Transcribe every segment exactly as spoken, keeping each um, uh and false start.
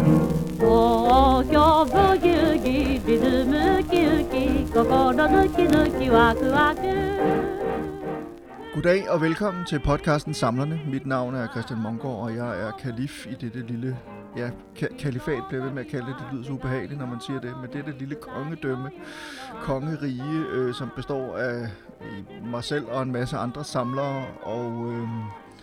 東京ブギウギリズムキウキ心ズキズキワクワク. Goddag og velkommen til podcasten Samlerne. Mit navn er Christian Mongård, og jeg er kalif i dette lille... Ja, ka- kalifat bliver ved med at kalde det. Det lyder så ubehageligt, når man siger det. Men dette lille kongedømme, kongerige, øh, som består af øh, mig selv og en masse andre samlere, og øh,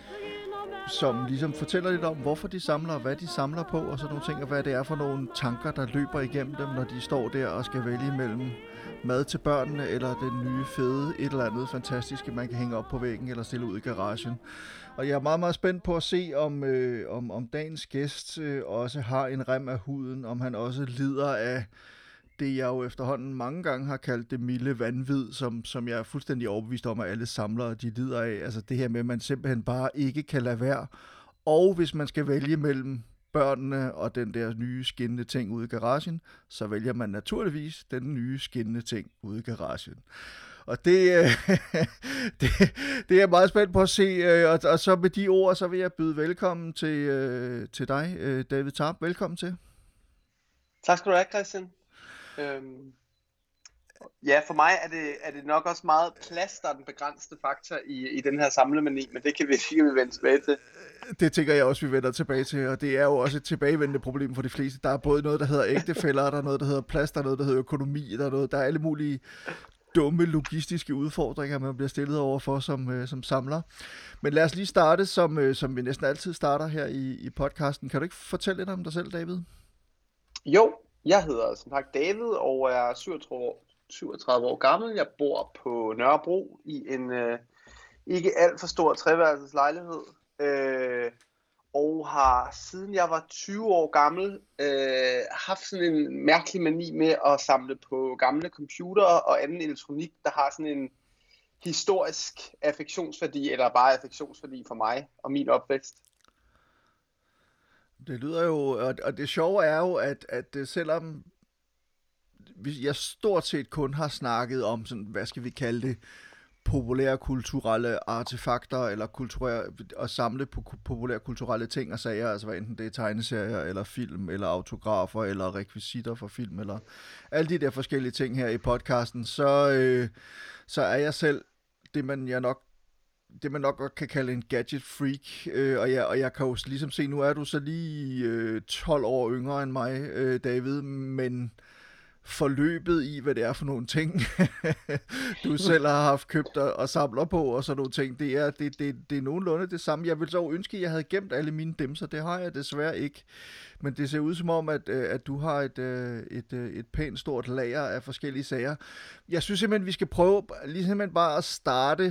som ligesom fortæller lidt om, hvorfor de samler, og hvad de samler på, og sådan nogle ting, og hvad det er for nogle tanker, der løber igennem dem, når de står der og skal vælge mellem mad til børnene, eller den nye fede, et eller andet fantastiske, man kan hænge op på væggen, eller stille ud i garagen. Og jeg er meget, meget spændt på at se, om, øh, om, om dagens gæst øh, også har en rem af huden, om han også lider af det, jeg jo efterhånden mange gange har kaldt det milde vanvid, som, som jeg er fuldstændig overbevist om, at alle samlere, de lider af. Altså det her med, at man simpelthen bare ikke kan lade være. Og hvis man skal vælge mellem børnene og den der nye skinnende ting ude i garagen, så vælger man naturligvis den nye skinnende ting ude i garagen. Og det, det, det er jeg meget spændt på at se, og, og så med de ord, så vil jeg byde velkommen til, til dig, David Tarp. Velkommen til. Tak skal du have, Christian. Øhm, ja, for mig er det, er det nok også meget plads, der er den begrænsede faktor i, i den her samlemani, men det kan vi, det kan vi vende tilbage til. Det tænker jeg også, vi vender tilbage til, og det er jo også et tilbagevendende problem for de fleste. Der er både noget, der hedder ægtefæller, der er noget, der hedder plads, der er noget, der hedder økonomi, der er, noget, der er alle mulige dumme logistiske udfordringer, man bliver stillet overfor som, øh, som samler. Men lad os lige starte, som, øh, som vi næsten altid starter her i, i podcasten. Kan du ikke fortælle lidt om dig selv, David? Jo, jeg hedder som sagt David, og er syvogtredive år gammel. Jeg bor på Nørrebro i en øh, ikke alt for stor treværelses lejlighed. Øh, og har siden jeg var tyve år gammel øh, haft sådan en mærkelig mani med at samle på gamle computere og anden elektronik, der har sådan en historisk affektionsværdi, eller bare affektionsværdi for mig og min opvækst. Det lyder jo, og det sjove er jo, at, at selvom jeg stort set kun har snakket om sådan, hvad skal vi kalde det, populære kulturelle artefakter, eller kulturelle, at samle på populære kulturelle ting og sager, altså hvad enten det er tegneserier, eller film, eller autografer, eller rekvisitter for film, eller alle de der forskellige ting her i podcasten, så, øh, så er jeg selv det, man jeg nok det man nok godt kan kalde en gadget freak, øh, og, jeg, og jeg kan jo ligesom se, nu er du så lige øh, tolv år yngre end mig, øh, David, men forløbet i, hvad det er for nogle ting, du selv har haft købt og samler på, og sådan nogle ting, det er, det, det, det er nogenlunde det samme. Jeg ville så ønske, at jeg havde gemt alle mine dimser, det har jeg desværre ikke, men det ser ud som om, at, at du har et, et, et pænt stort lager af forskellige sager. Jeg synes simpelthen, vi skal prøve lige simpelthen bare at starte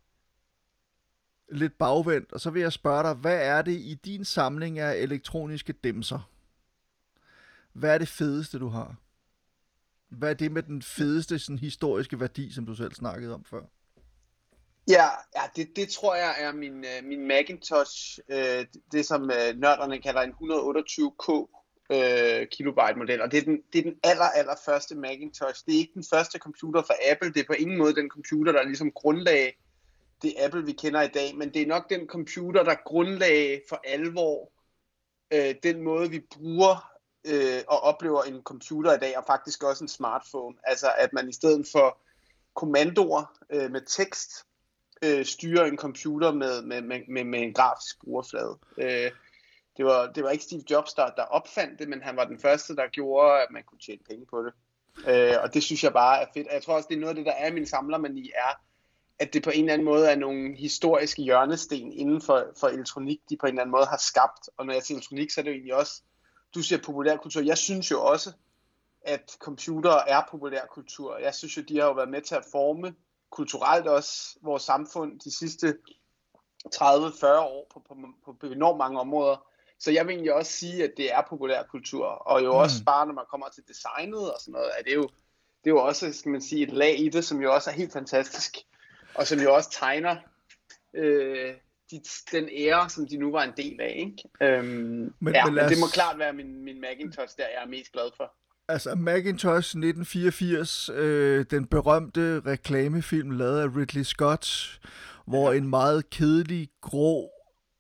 lidt bagvendt, og så vil jeg spørge dig, hvad er det i din samling af elektroniske dimser? Hvad er det fedeste, du har? Hvad er det med den fedeste sådan, historiske værdi, som du selv snakkede om før? Ja, ja det, det tror jeg er min, min Macintosh, øh, det som øh, nørderne kalder en et hundrede og otteogtyve K øh, kilobyte model, og det er, den, det er den aller, aller første Macintosh. Det er ikke den første computer fra Apple, det er på ingen måde den computer, der ligesom grundlagde det Apple, vi kender i dag, men det er nok den computer, der grundlagde for alvor øh, den måde, vi bruger øh, og oplever en computer i dag, og faktisk også en smartphone. Altså, at man i stedet for kommandoer øh, med tekst, øh, styrer en computer med, med, med, med, med en grafisk brugerflade. Øh, det, var, det var ikke Steve Jobs, der, der opfandt det, men han var den første, der gjorde, at man kunne tjene penge på det. Øh, og det synes jeg bare er fedt. Jeg tror også, det er noget af det, der er min samlermani, er, at det på en eller anden måde er nogle historiske hjørnesten inden for, for elektronik, de på en eller anden måde har skabt. Og når jeg siger elektronik, så er det jo egentlig også, du siger populærkultur. Jeg synes jo også, at computere er populærkultur. Jeg synes jo, de har jo været med til at forme kulturelt også vores samfund de sidste tredive til fyrre år på, på, på, på enormt mange områder. Så jeg vil egentlig også sige, at det er populærkultur. Og jo mm. også bare, når man kommer til designet og sådan noget, er det jo, det er jo også, skal man sige, et lag i det, som jo også er helt fantastisk. Og som jo også tegner øh, de, den ære, som de nu var en del af, ikke? Øhm, men, ja, men, men det må klart være min, min Macintosh, der jeg er mest glad for. Altså Macintosh nitten fireogfirs, øh, den berømte reklamefilm lavet af Ridley Scott, hvor ja. en meget kedelig, grå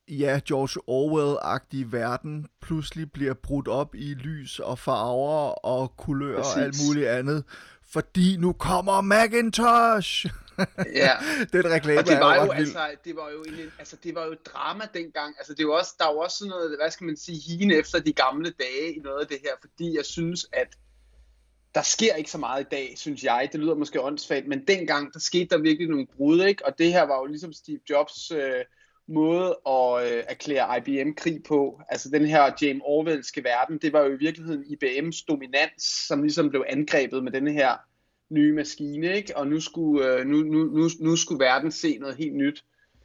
ja, George Orwell-agtig verden pludselig bliver brudt op i lys og farver og kulør og alt muligt andet, fordi nu kommer Macintosh! Ja. Den reklame og det var er jo, jo ret vild. altså, det var jo en, altså det var jo drama dengang. Altså det var også, der var også sådan noget, hvad skal man sige, hien efter de gamle dage i noget af det her, fordi jeg synes, at der sker ikke så meget i dag, synes jeg. Det lyder måske åndssvagt, men dengang, der skete der virkelig nogle brud, ikke? Og det her var jo ligesom Steve Jobs øh, måde at øh, erklære I B M krig på. Altså den her James Orwellske verden, det var jo i virkeligheden I B M's dominans, som ligesom blev angrebet med denne her nye maskine, ikke? Og nu skulle, øh, nu, nu, nu, nu skulle verden se noget helt nyt.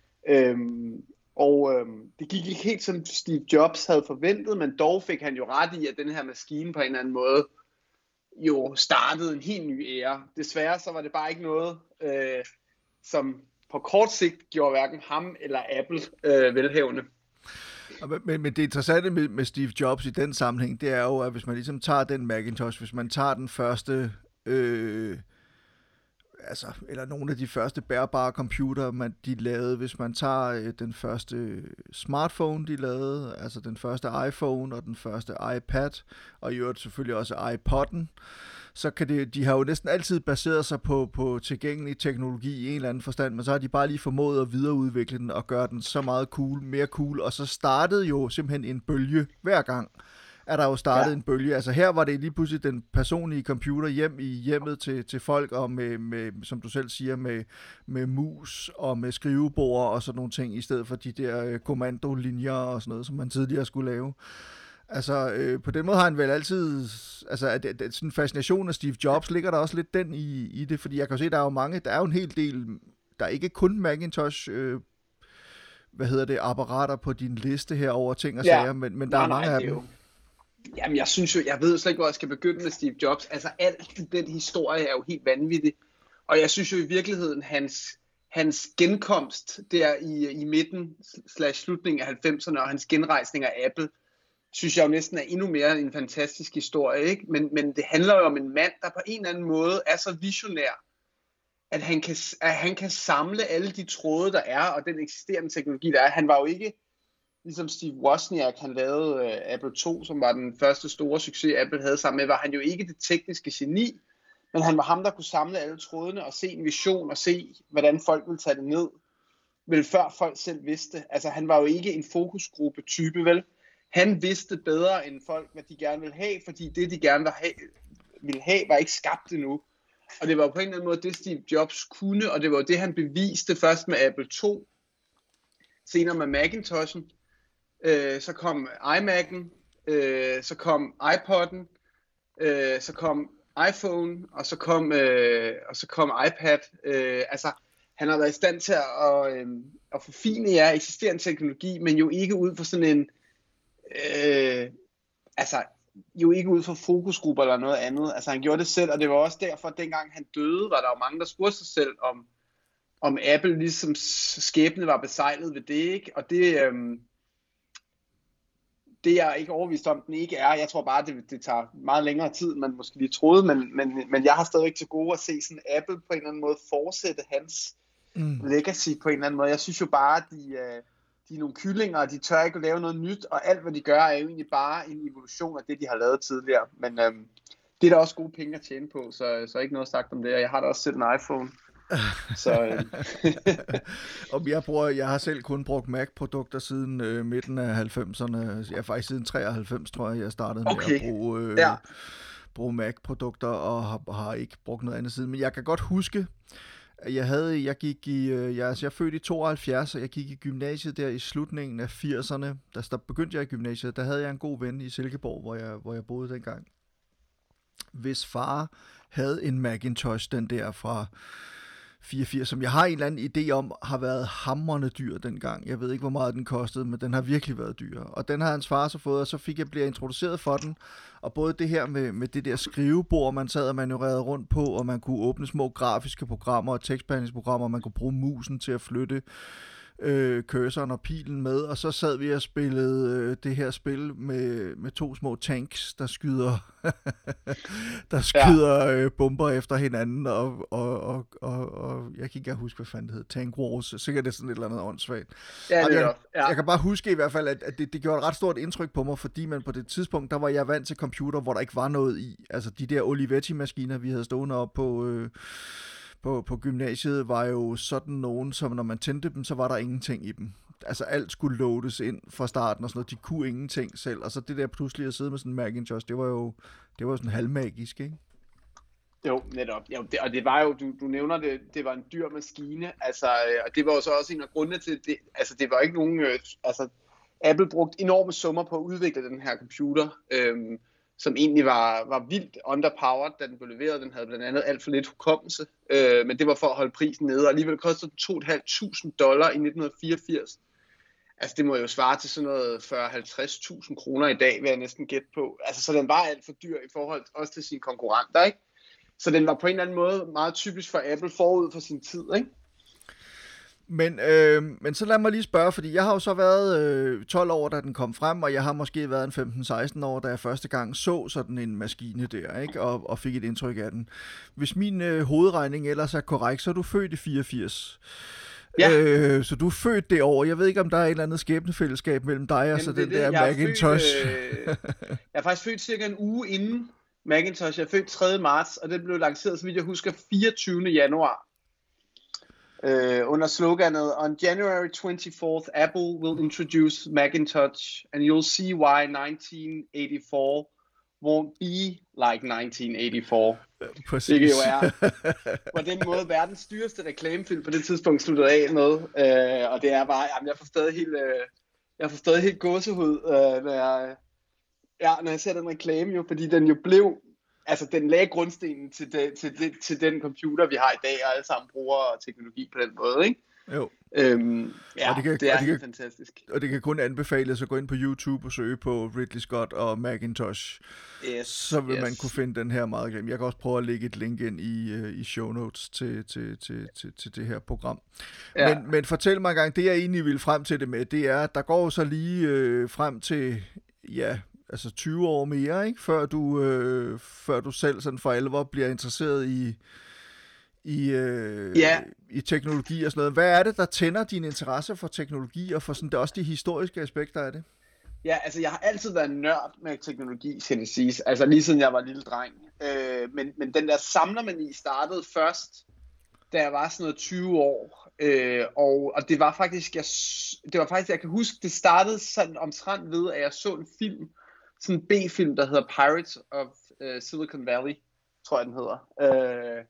Øhm, og øhm, det gik ikke helt som Steve Jobs havde forventet, men dog fik han jo ret i, at den her maskine på en eller anden måde jo startede en helt ny æra. Desværre så var det bare ikke noget, øh, som på kort sigt gjorde hverken ham eller Apple øh, velhavende. Men, men det interessante med, med Steve Jobs i den sammenhæng, det er jo, at hvis man ligesom tager den Macintosh, hvis man tager den første, øh, altså, eller nogle af de første bærbare computer, man, de lavede, hvis man tager øh, den første smartphone, de lavede, altså den første iPhone og den første iPad, og i øvrigt selvfølgelig også iPod'en, så kan det, de har jo næsten altid baseret sig på, på tilgængelig teknologi i en eller anden forstand, men så har de bare lige formået at videreudvikle den og gøre den så meget cool, mere cool, og så startede jo simpelthen en bølge hver gang, er der jo startet ja. en bølge. Altså her var det lige pludselig den personlige computer hjem i hjemmet til, til folk, og med, med, som du selv siger, med, med mus og med skrivebord og sådan nogle ting, i stedet for de der øh, kommandolinjer og sådan noget, som man tidligere skulle lave. Altså, øh, på den måde har han vel altid, altså, at, at, at sådan en fascination af Steve Jobs, ligger der også lidt den i, i det, fordi jeg kan se, der er jo mange, der er jo en hel del, der er ikke kun Macintosh, øh, hvad hedder det, apparater på din liste her over ting og sager, ja. men, men der nej, er mange nej, af dem. Jo. Jamen, jeg synes jo, jeg ved slet ikke, hvor jeg skal begynde med Steve Jobs. Altså, alt den historie er jo helt vanvittig, og jeg synes jo i virkeligheden, hans, hans genkomst der i, i midten, slash slutningen af halvfemserne, og hans genrejsning af Apple, synes jeg jo næsten er endnu mere en fantastisk historie, ikke? Men, men det handler jo om en mand, der på en eller anden måde er så visionær, at han kan, at han kan samle alle de tråde, der er, og den eksisterende teknologi, der er. Han var jo ikke, ligesom Steve Wozniak, han lavede uh, Apple to, som var den første store succes, Apple havde sammen med, var han jo ikke det tekniske geni, men han var ham, der kunne samle alle trådene og se en vision og se, hvordan folk ville tage det ned, vel før folk selv vidste. Altså, han var jo ikke en fokusgruppe type, vel? Han vidste bedre end folk, hvad de gerne ville have, fordi det, de gerne ville have, ville have var ikke skabt endnu. Og det var på en eller anden måde det, Steve Jobs kunne, og det var det, han beviste først med Apple to, senere med Macintoshen, øh, så kom iMac'en, øh, så kom iPod'en, øh, så kom iPhone, og så kom, øh, og så kom iPad. Øh, altså, han har været i stand til at, øh, at forfine ja, eksisterende teknologi, men jo ikke ud for sådan en Øh, altså jo ikke ud fra fokusgrupper eller noget andet. Altså han gjorde det selv, og det var også derfor, at dengang han døde, var der jo mange, der spurgte sig selv, om, om Apple ligesom skæbne var besejlet ved det, ikke? Og det, øhm, det er jeg ikke overbevist om, den ikke er. Jeg tror bare, det, det tager meget længere tid, end man måske lige troede, men, men, men jeg har stadigvæk til gode at se sådan Apple på en eller anden måde fortsætte hans mm. legacy på en eller anden måde. Jeg synes jo bare, at de... Øh, de er nogle kyllinger, og de tør ikke at lave noget nyt, og alt hvad de gør er jo egentlig bare en evolution af det, de har lavet tidligere. Men øhm, det er der også gode penge at tjene på, så, så ikke noget sagt om det, og jeg har da også selv en iPhone. Så, øh. og jeg, bruger, jeg har selv kun brugt Mac-produkter siden øh, midten af halvfemserne, ja faktisk siden treoghalvfems, tror jeg, jeg startede med okay. at bruge, øh, ja. bruge Mac-produkter, og har, har ikke brugt noget andet siden. Men jeg kan godt huske, Jeg havde, jeg gik i, jeg, altså jeg er født i tooghalvfjerds, og jeg gik i gymnasiet der i slutningen af firserne. Der, der begyndte jeg i gymnasiet, der havde jeg en god ven i Silkeborg, hvor jeg, hvor jeg boede dengang. Hvis far havde en Macintosh, den der fra fireogfirs, som jeg har en eller anden idé om, har været hamrende dyr dengang. Jeg ved ikke, hvor meget den kostede, men den har virkelig været dyr. Og den har hans far så fået, og så fik jeg blive introduceret for den. Og både det her med, med det der skrivebord, man sad og manøvrerede rundt på, og man kunne åbne små grafiske programmer og tekstbehandlingsprogrammer, og man kunne bruge musen til at flytte øh, cursoren og pilen med, og så sad vi og spillede øh, det her spil med, med to små tanks, der skyder der skyder ja. øh, bomber efter hinanden, og, og, og, og, og jeg kan ikke engang huske, hvad fanden det hed, Tank Wars, sikkert det er sådan et eller andet åndssvagt. Ja, det jeg, ja. jeg kan bare huske i hvert fald, at, at det, det gjorde et ret stort indtryk på mig, fordi man på det tidspunkt, der var jeg vant til computer, hvor der ikke var noget i, altså de der Olivetti-maskiner, vi havde stående op på... Øh, På, på gymnasiet var jo sådan nogen, som når man tændte dem, så var der ingenting i dem. Altså alt skulle loades ind fra starten og sådan noget. De kunne ingenting selv. Og så det der pludselig at sidde med sådan en Macintosh, det var jo det var sådan halvmagisk, ikke? Jo, netop. Jo, det, og det var jo, du, du nævner det, det var en dyr maskine. Altså, og det var jo så også en af grundene til det. Altså, det var ikke nogen... Øh, altså, Apple brugte enorme summer på at udvikle den her computer. Øhm, som egentlig var, var vildt underpowered, da den blev leveret. Den havde blandt andet alt for lidt hukommelse, øh, men det var for at holde prisen nede, og alligevel kostede den to tusind fem hundrede dollar i nitten fireogfirs. Altså det må jo svare til sådan noget fyrre til halvtreds tusind kroner i dag, vil jeg næsten gætte på. Altså så den var alt for dyr i forhold også til sine konkurrenter, ikke? Så den var på en eller anden måde meget typisk for Apple forud for sin tid, ikke? Men, øh, men så lad mig lige spørge, fordi jeg har jo så været øh, tolv år, da den kom frem, og jeg har måske været en femten seksten år, da jeg første gang så sådan en maskine der, ikke? Og, og fik et indtryk af den. Hvis min øh, hovedregning ellers er korrekt, så er du født i fireogfirs. Ja. Øh, så du er født det år. Jeg ved ikke, om der er et eller andet skæbnefællesskab mellem dig og Jamen, så den det, der jeg Macintosh. Født, øh, jeg er faktisk født cirka en uge inden Macintosh. Jeg er født tredje marts, og den blev lanceret, så vidt jeg husker, fireogtyvende januar. Uh, under sloganet On January twenty-fourth, Apple will introduce Macintosh, and you'll see why nineteen eighty-four won't be like nineteen eighty-four. Præcis. Det jo er på den måde verdens dyreste reklamefilm på det tidspunkt sluttede af med, uh, og det er bare, jamen, jeg får stadig helt, uh, jeg får stadig helt gåsehud, uh, når jeg, ja, når jeg ser den reklame jo, fordi den jo blev. Altså, den lagde grundstenen til, det, til, det, til den computer, vi har i dag, og alle sammen bruger teknologi på den måde, ikke? Jo. Øhm, ja, og det, kan, det er og det helt kan, fantastisk. Og det kan kun anbefales at gå ind på YouTube og søge på Ridley Scott og Macintosh. Yes, så vil yes. man kunne finde den her meget glem. Jeg kan også prøve at lægge et link ind i, uh, i show notes til, til, til, til, til det her program. Ja. Men, men fortæl mig en gang, det jeg egentlig vil frem til det med, det er, der går så lige øh, frem til, ja... altså tyve år mere, ikke? Før du, øh, før du selv sådan for alvor bliver interesseret i, i, øh, ja. i teknologi og sådan noget. Hvad er det, der tænder din interesse for teknologi, og for sådan, det også de historiske aspekter af det? Ja, altså jeg har altid været nørd med teknologi, skal det siges. Altså lige siden jeg var lille dreng. Øh, men, men den der samlermani startede først, da jeg var sådan noget tyve år. Øh, og, og det var faktisk, jeg, det var faktisk, jeg kan huske, det startede sådan omtrent ved, at jeg så en film, sådan en B-film, der hedder Pirates of uh, Silicon Valley, tror jeg, den hedder. Uh,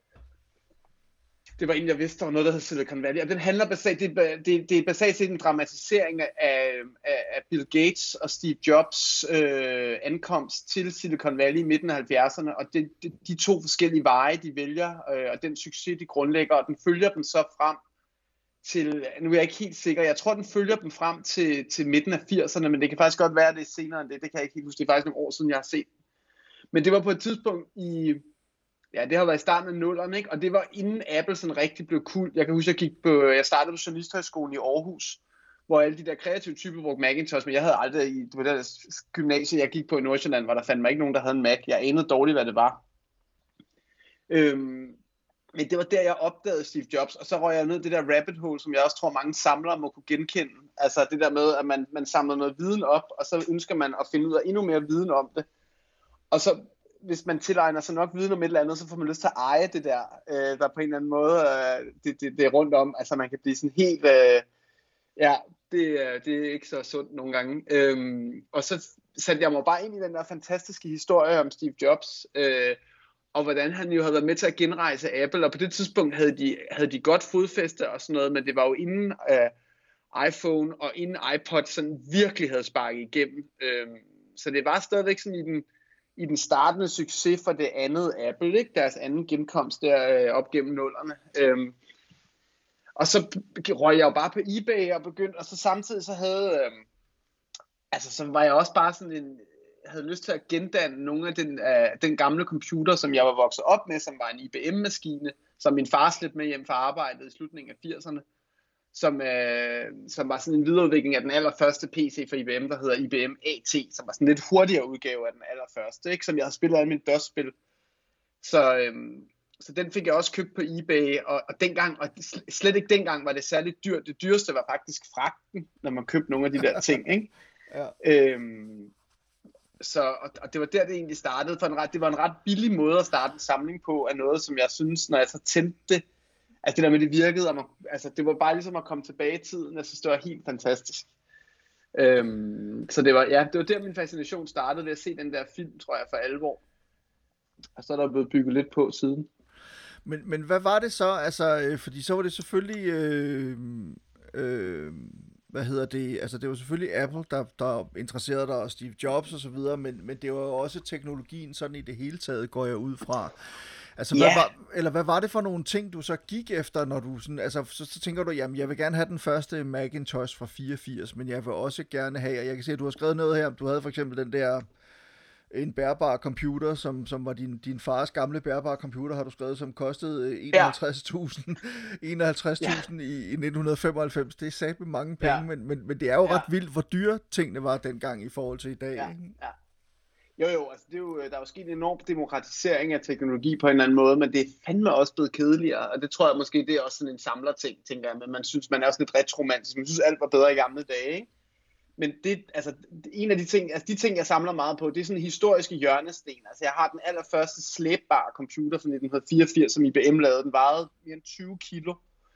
det var egentlig, jeg vidste, der var noget, der hed Silicon Valley. Og den handler basalt, det, det, det er basalt set en dramatisering af, af, af Bill Gates og Steve Jobs uh, ankomst til Silicon Valley i midten af halvfjerdserne. Og det, det, de to forskellige veje, de vælger, uh, og den succes, de grundlægger, og den følger dem så frem til, nu er jeg ikke helt sikker, jeg tror den følger dem frem til, til midten af firserne, men det kan faktisk godt være, at det er senere end det, det kan jeg ikke helt huske, det er faktisk nogle år siden, jeg har set. Men det var på et tidspunkt i, ja, det har været i starten af nullerne, ikke? Og det var inden Apple sådan rigtig blev cool. Jeg kan huske, jeg gik på, jeg startede på Journalisthøjskolen i Aarhus, hvor alle de der kreative typer brugte Macintosh, men jeg havde aldrig, i det var der gymnasie, jeg gik på i Nordsjælland, hvor der fandt mig ikke nogen, der havde en Mac. Jeg anede dårligt, hvad det var. Øhm, Men det var der, jeg opdagede Steve Jobs, og så røg jeg ned i det der rabbit hole, som jeg også tror, mange samlere må kunne genkende. Altså det der med, at man, man samler noget viden op, og så ønsker man at finde ud af endnu mere viden om det. Og så, hvis man tilegner sig nok viden om et eller andet, så får man lyst til at eje det der, øh, der på en eller anden måde, øh, det, det, det er rundt om. Altså man kan blive sådan helt, øh, ja, det, det er ikke så sundt nogle gange. Øhm, og så satte jeg mig bare ind i den der fantastiske historie om Steve Jobs, øh, og hvordan han jo havde været med til at genrejse Apple, og på det tidspunkt havde de, havde de godt fodfæste og sådan noget, men det var jo inden uh, iPhone og inden iPod sådan virkelig havde sparket igennem. Øhm, så det var stadigvæk sådan i den, i den startende succes for det andet Apple, ikke? Deres anden genkomst der øh, op gennem nullerne. Øhm, og så røg jeg jo bare på eBay og begyndte, og så samtidig så havde, øh, altså så var jeg også bare sådan en, havde lyst til at gendanne nogle af den, uh, den gamle computer, som jeg var vokset op med, som var en I B M-maskine, som min far slæbte med hjem fra arbejdet i slutningen af firserne. som, øh, som var sådan en videreudvikling af den allerførste P C for I B M, der hedder I B M A T, som var sådan en lidt hurtigere udgave af den allerførste, ikke? Som jeg havde spillet af min DOS-spil. Så, øh, så den fik jeg også købt på eBay, og, og dengang, og slet ikke dengang var det særligt dyrt. Det dyreste var faktisk fragten, når man købte nogle af de der ting, ikke? Ja. Øhm, så, og, og det var der, det egentlig startede. For en ret, det var en ret billig måde at starte en samling på, af noget, som jeg synes, når jeg så tændte det, at det der med det virkede, og man, altså det var bare ligesom at komme tilbage i tiden. Jeg synes, det var helt fantastisk. Øhm, så det var, ja, det var der, min fascination startede, ved at se den der film, tror jeg, for alvor. Og så er der blevet bygget lidt på siden. Men, men hvad var det så? Altså, fordi så var det selvfølgelig, øh, øh, hvad hedder det? Altså, det var selvfølgelig Apple, der, der interesserede dig, og Steve Jobs og så videre, men, men det var jo også teknologien sådan i det hele taget, går jeg ud fra. Altså, yeah. hvad var, eller hvad var det for nogle ting, du så gik efter, når du sådan, altså, så, så tænker du, jamen, jeg vil gerne have den første Macintosh fra fireogfirs, men jeg vil også gerne have, og jeg kan se, at du har skrevet noget her, du havde for eksempel den der, en bærbar computer, som, som var din, din fars gamle bærbare computer, har du skrevet, som kostede enoghalvtreds tusind enoghalvtreds tusind ja. i, i nitten femoghalvfems. Det er sat med mange penge, ja. men, men, men det er jo ja. ret vildt, hvor dyre tingene var dengang i forhold til i dag. Ja. Ja. Jo jo, altså det er jo, der er jo sket en enorm demokratisering af teknologi på en eller anden måde, men det er fandme også blevet kedeligere, og det tror jeg måske, det er også sådan en samlerting, tænker jeg, men man synes, man er også lidt retromantisk, man synes alt var bedre i gamle dage, ikke? Men det, altså, en af de ting, altså de ting, jeg samler meget på, det er sådan historiske hjørnesten. Altså, jeg har den allerførste slæbbare computer fra nitten fireogfirs, som I B M lavede. Den vejede mere end tyve kilo.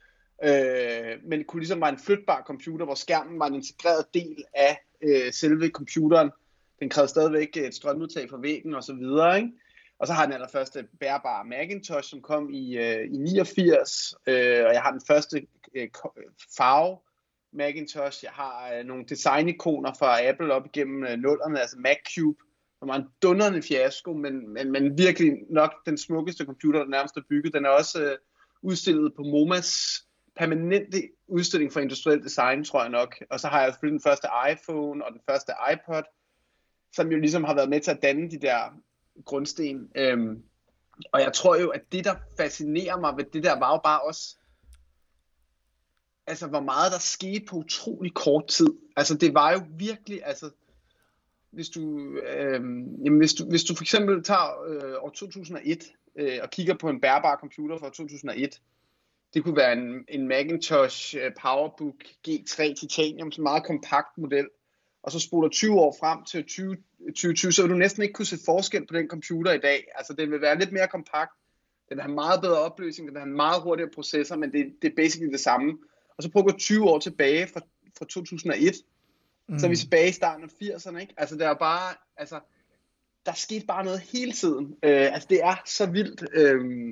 Øh, men det kunne ligesom være en flytbar computer, hvor skærmen var en integreret del af øh, selve computeren. Den krævede stadigvæk et strømudtag fra væggen og så videre, ikke? Og så har jeg den allerførste bærbare Macintosh, som kom i, øh, i niogfirs. Øh, og jeg har den første øh, farve Macintosh. Jeg har øh, nogle design-ikoner fra Apple op igennem øh, nullerne, altså MacCube, som var en dundrende fiasko, men, men, men virkelig nok den smukkeste computer, der nærmest er bygget. Den er også øh, udstillet på MoMAs permanente udstilling for industriel design, tror jeg nok. Og så har jeg selvfølgelig den første iPhone og den første iPod, som jo ligesom har været med til at danne de der grundsten. Øhm, og jeg tror jo, at det, der fascinerer mig ved det der, var jo bare også, altså hvor meget der skete på utrolig kort tid. Altså det var jo virkelig, altså hvis du, øh, jamen, hvis du, hvis du for eksempel tager øh, år to tusind og et øh, og kigger på en bærbar computer fra to tusind og et, det kunne være en, en Macintosh uh, PowerBook G tre Titanium, som en meget kompakt model, og så spoler tyve år frem til tyve tyve, så vil du næsten ikke kunne se forskel på den computer i dag. Altså den vil være lidt mere kompakt, den har meget bedre opløsning, den har en meget hurtigere processor, men det, det er basically det samme. Og så prøver vi tyve år tilbage fra, fra to tusind og et, mm. så er vi tilbage i starten af firserne, ikke? Altså der er bare, altså, der skete bare noget hele tiden. Øh, altså det er så vildt. Øh,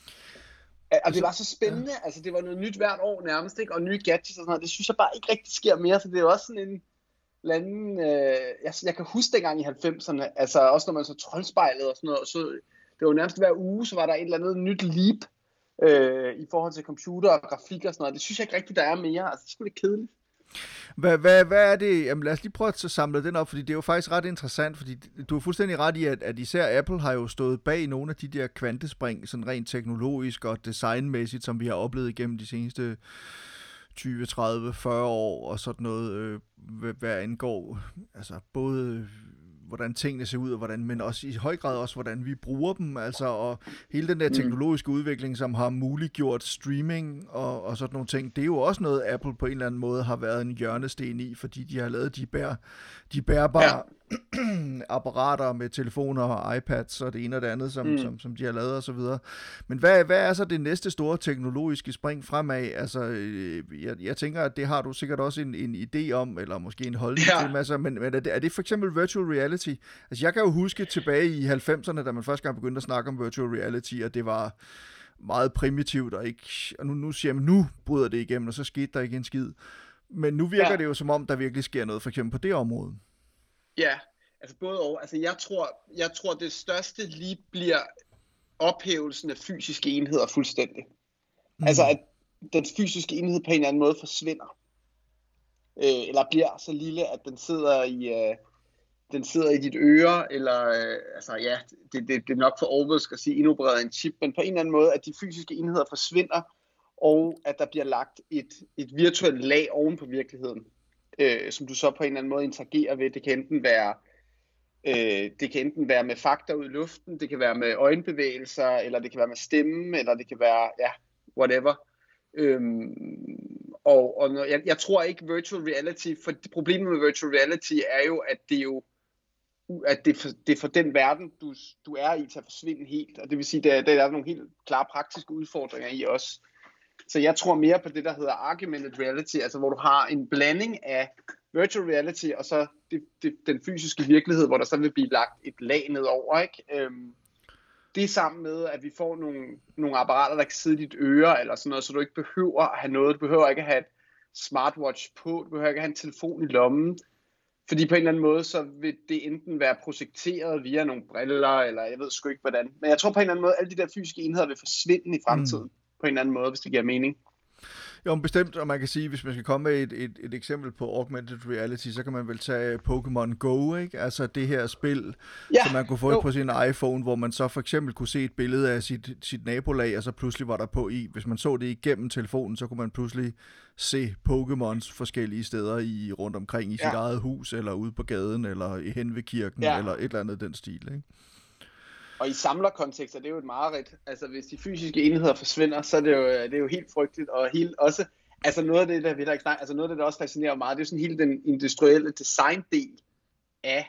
og det var så spændende, ja. Altså det var noget nyt hvert år nærmest, ikke? Og nye gadgets og sådan noget, det synes jeg bare ikke rigtig sker mere, så det er jo også sådan en anden, øh, jeg, jeg kan huske dengang i halvfemserne, altså også når man så troldspejlet og sådan noget, så det var nærmest hver uge, så var der et eller andet nyt leap, Øh, i forhold til computer og grafik og sådan noget. Det synes jeg ikke rigtigt, der er mere. Altså, det er sgu lidt kedeligt. Hvad, hvad, hvad er det? Jamen, lad os lige prøve at samle den op, fordi det er jo faktisk ret interessant, fordi du er fuldstændig ret i, at, at især Apple har jo stået bag nogle af de der kvantespring, sådan rent teknologisk og designmæssigt, som vi har oplevet igennem de seneste tyve, tredive, fyrre år og sådan noget, øh, hvad angår, altså både hvordan tingene ser ud, og hvordan, men også i høj grad også, hvordan vi bruger dem, altså, og hele den der teknologiske udvikling, som har muliggjort streaming og, og sådan nogle ting, det er jo også noget, Apple på en eller anden måde har været en hjørnesten i, fordi de har lavet de, bær, de bærbare ja. apparater med telefoner og iPads og det ene og det andet, som, mm. som, som de har lavet og så videre. Men hvad, hvad er så det næste store teknologiske spring fremad? Altså, jeg, jeg tænker, at det har du sikkert også en, en idé om, eller måske en holdning ja. til, altså, men, men er, det, er det for eksempel virtual reality? Altså, jeg kan jo huske tilbage i halvfemserne, da man første gang begyndte at snakke om virtual reality, og det var meget primitivt, og, ikke, og nu, nu siger jeg, nu bryder det igennem, og så skete der ikke en skid. Men nu virker ja. det jo som om, der virkelig sker noget, for eksempel på det område. Ja, altså både og. Altså jeg tror, jeg tror det største lige bliver ophævelsen af fysiske enheder fuldstændig. Mm. Altså at den fysiske enhed på en eller anden måde forsvinder. Øh, eller bliver så lille, at den sidder i, øh, den sidder i dit øre, eller øh, altså ja, det, det, det er nok for overvæsk at sige endnu bredere en chip, men på en eller anden måde, at de fysiske enheder forsvinder, og at der bliver lagt et, et virtuelt lag oven på virkeligheden, øh, som du så på en eller anden måde interagerer ved. Det kan enten være øh, det kan enten være med fakta ud i luften, det kan være med øjenbevægelser, eller det kan være med stemme, eller det kan være, ja, whatever. Øhm, og og når, jeg, jeg tror ikke virtual reality, for problemet med virtual reality er jo, at det jo at det, for, det er for den verden, du, du er i, til at forsvinde helt. Og det vil sige, at der, der er nogle helt klare praktiske udfordringer i os. Så jeg tror mere på det, der hedder augmented reality, altså hvor du har en blanding af virtual reality og så det, det, den fysiske virkelighed, hvor der så vil blive lagt et lag nedover, ikke? Øhm, det er sammen med, at vi får nogle, nogle apparater, der kan sidde i dit øre, eller sådan noget, så du ikke behøver at have noget. Du behøver ikke at have et smartwatch på, du behøver ikke at have en telefon i lommen. Fordi på en eller anden måde, så vil det enten være projekteret via nogle briller, eller jeg ved sgu ikke hvordan. Men jeg tror på en eller anden måde, at alle de der fysiske enheder vil forsvinde i fremtiden. Mm. På en eller anden måde, hvis det giver mening. Jo, bestemt, og man kan sige, hvis man skal komme med et, et, et eksempel på augmented reality, så kan man vel tage Pokémon Go, ikke? Altså det her spil, ja, som man kunne få jo. på sin iPhone, hvor man så for eksempel kunne se et billede af sit, sit nabolag, og så pludselig var der på i. Hvis man så det igennem telefonen, så kunne man pludselig se Pokémons forskellige steder i rundt omkring i sit ja. eget hus, eller ude på gaden, eller hen ved kirken, ja. eller et eller andet den stil, ikke? Og i samlerkontekst er det jo et mareridt. Altså hvis de fysiske enheder forsvinder, så er det jo, det er jo helt frygteligt. Og helt også, altså noget af det, der, der, ikke altså noget af det, der også fascinerer meget, det er jo sådan hele den industrielle design-del af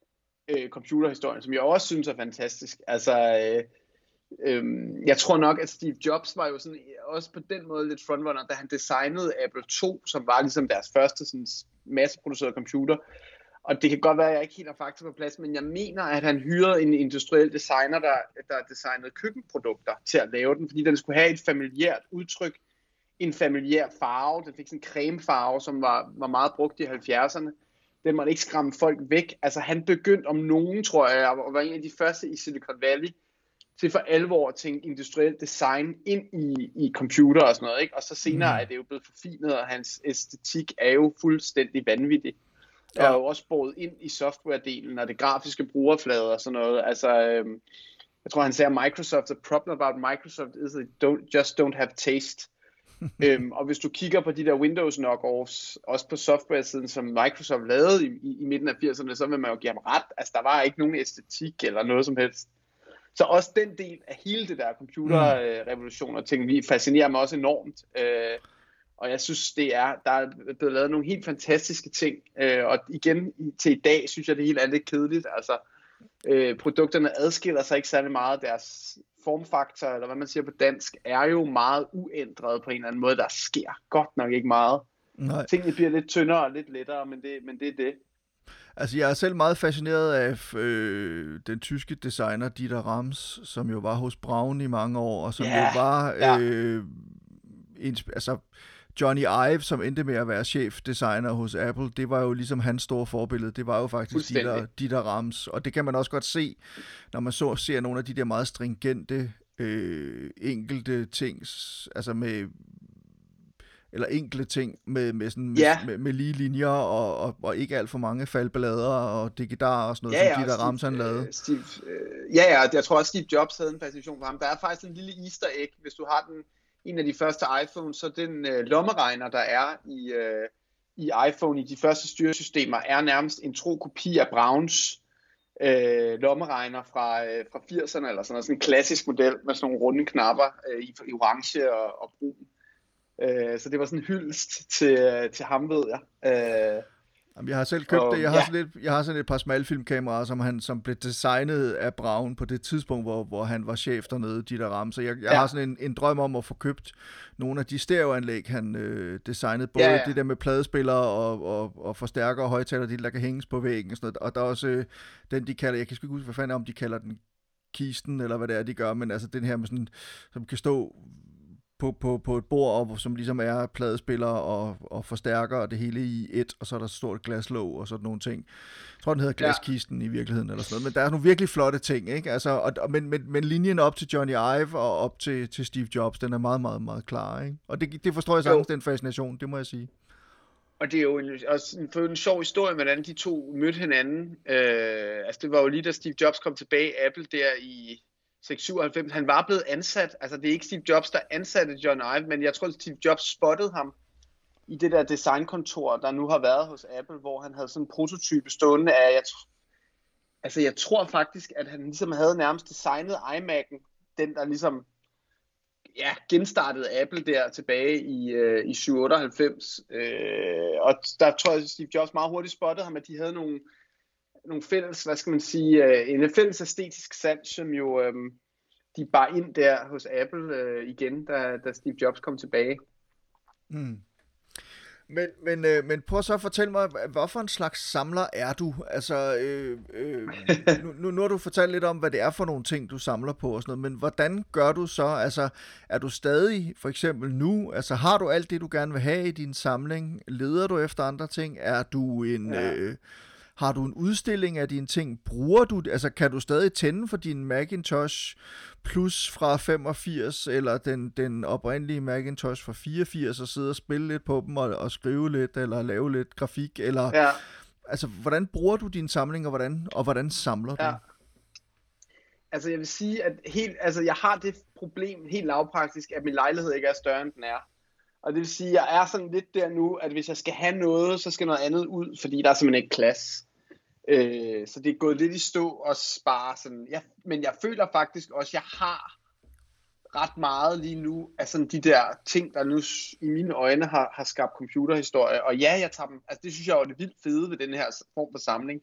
øh, computerhistorien, som jeg også synes er fantastisk. Altså, øh, øh, jeg tror nok, at Steve Jobs var jo sådan, også på den måde lidt frontrunner, da han designede Apple to, som var ligesom deres første sådan, masseproducerede computer. Og det kan godt være, at jeg ikke helt har fakta på plads, men jeg mener, at han hyrede en industriel designer, der, der designede køkkenprodukter til at lave den, fordi den skulle have et familiært udtryk, en familiær farve. Den fik sådan en cremefarve, som var, var meget brugt i halvfjerdserne. Den måtte ikke skræmme folk væk. Altså han begyndte om nogen, tror jeg, og var en af de første i Silicon Valley, til for alvor at tænke industriel design ind i, i computer og sådan noget, ikke? Og så senere mm. er det jo blevet forfinet, og hans æstetik er jo fuldstændig vanvittig. Ja. Og også båret ind i software-delen og det grafiske brugerflade og sådan noget. Altså, øhm, jeg tror, han sagde, at Microsoft, the problem about Microsoft is they don't, just don't have taste. øhm, og hvis du kigger på de der Windows knockoffs, også på software-siden, som Microsoft lavede i, i, i midten af firserne, så vil man jo give ham ret. Altså, der var ikke nogen æstetik eller noget som helst. Så også den del af hele det der computerrevolution og teknologi fascinerer mig også enormt. Øh, Og jeg synes, det er, der er blevet lavet nogle helt fantastiske ting. Øh, og igen, til i dag, synes jeg, det hele er lidt kedeligt. Altså, øh, produkterne adskiller sig ikke særlig meget. Deres formfaktor, eller hvad man siger på dansk, er jo meget uændret på en eller anden måde. Der sker godt nok ikke meget. Nej. Tingene bliver lidt tyndere og lidt lettere, men det, men det er det. Altså, jeg er selv meget fascineret af øh, den tyske designer Dieter Rams, som jo var hos Braun i mange år, og som yeah. jo var... Øh, ja. insp- altså, Johnny Ive, som endte med at være chefdesigner hos Apple, det var jo ligesom hans store forbillede. Det var jo faktisk Dieter, Dieter Rams. Og det kan man også godt se, når man så ser nogle af de der meget stringente, øh, enkelte ting, altså med... eller enkle ting med, med, sådan, ja. med, med, med lige linjer og, og, og ikke alt for mange faldballader og digidar og sådan noget, ja, som ja, de der Steve, Rams han lavede. Steve, øh, ja, ja, jeg tror også Steve Jobs havde en fascination for ham. Der er faktisk en lille easter egg, hvis du har den, en af de første iPhones, så den øh, lommeregner, der er i, øh, i iPhone, i de første styresystemer, er nærmest en tro kopi af Browns øh, lommeregner fra, øh, fra firserne, eller sådan noget, sådan en klassisk model med sådan nogle runde knapper øh, i, i orange og, og brun. Så det var sådan en hyldest til, til ham, ved jeg. Jamen, jeg har selv købt og, det. Jeg har, ja. sådan et, jeg har sådan et par smalfilmkameraer, som, han, som blev designet af Braun på det tidspunkt, hvor, hvor han var chef dernede, Dieter Rams. Så jeg, jeg ja. har sådan en, en drøm om at få købt nogle af de stereoanlæg, han øh, designede. Både ja, ja. det der med pladespillere og, og, og forstærker og højtaler, de der kan hænges på væggen og sådan noget. Og der er også øh, den, de kalder, jeg kan sgu ikke huske, hvad fanden er, om de kalder den kisten, eller hvad det er, de gør, men altså den her med sådan, som kan stå... På, på, på et bord, og, som ligesom er pladespiller og, og forstærker og det hele i et, og så er der stort glaslåg og sådan nogle ting. Jeg tror, den hedder glaskisten ja. i virkeligheden, eller sådan noget. Men der er nogle virkelig flotte ting, ikke? Altså, og, og, men, men, men linjen op til Johnny Ive og op til, til Steve Jobs, den er meget, meget, meget klar, ikke? Og det, det forstår jeg sagtens, den fascination, det må jeg sige. Og det er jo en, også en, en sjov historie, hvordan de to mødte hinanden. Øh, altså, det var jo lige, da Steve Jobs kom tilbage i Apple der i seks syvoghalvfems. Han var blevet ansat, altså det er ikke Steve Jobs, der ansatte John Ive, men jeg tror, at Steve Jobs spottede ham i det der designkontor, der nu har været hos Apple, hvor han havde sådan en prototype stående af, jeg, altså jeg tror faktisk, at han ligesom havde nærmest designet iMac'en, den der ligesom, ja, genstartede Apple der tilbage i, øh, i syv otteoghalvfems, øh, og der tror jeg, at Steve Jobs meget hurtigt spottede ham, at de havde nogle, nogle fælles, hvad skal man sige, øh, en fælles æstetisk sans, som jo øh, de bar ind der hos Apple øh, igen, da, da Steve Jobs kom tilbage. Mm. Men, men, øh, men prøv så at fortælle mig, hvad for en slags samler er du? Altså, øh, øh, nu, nu har du fortalt lidt om, hvad det er for nogle ting, du samler på og sådan noget, men hvordan gør du så? Altså, er du stadig, for eksempel nu, altså har du alt det, du gerne vil have i din samling? Leder du efter andre ting? Er du en... Ja. Øh, Har du en udstilling af dine ting? Bruger du det? Altså, kan du stadig tænde for din Macintosh Plus fra femogfirs, eller den, den oprindelige Macintosh fra fireogfirs, og sidde og spille lidt på dem, og, og skrive lidt, eller lave lidt grafik? Eller, ja. Altså, hvordan bruger du din samling, og hvordan, og hvordan samler du? Ja. Altså, jeg vil sige, at helt, altså, jeg har det problem helt lavpraktisk, at min lejlighed ikke er større, end den er. Og det vil sige, at jeg er sådan lidt der nu, at hvis jeg skal have noget, så skal noget andet ud, fordi der er simpelthen ikke plads. Øh, så det er gået lidt i stå og spare sådan. Jeg, men jeg føler faktisk også, at jeg har ret meget lige nu af sådan de der ting, der nu i mine øjne har, har skabt computerhistorie. Og ja, jeg tager dem. Altså det synes jeg er det vildt fede ved den her form for samling,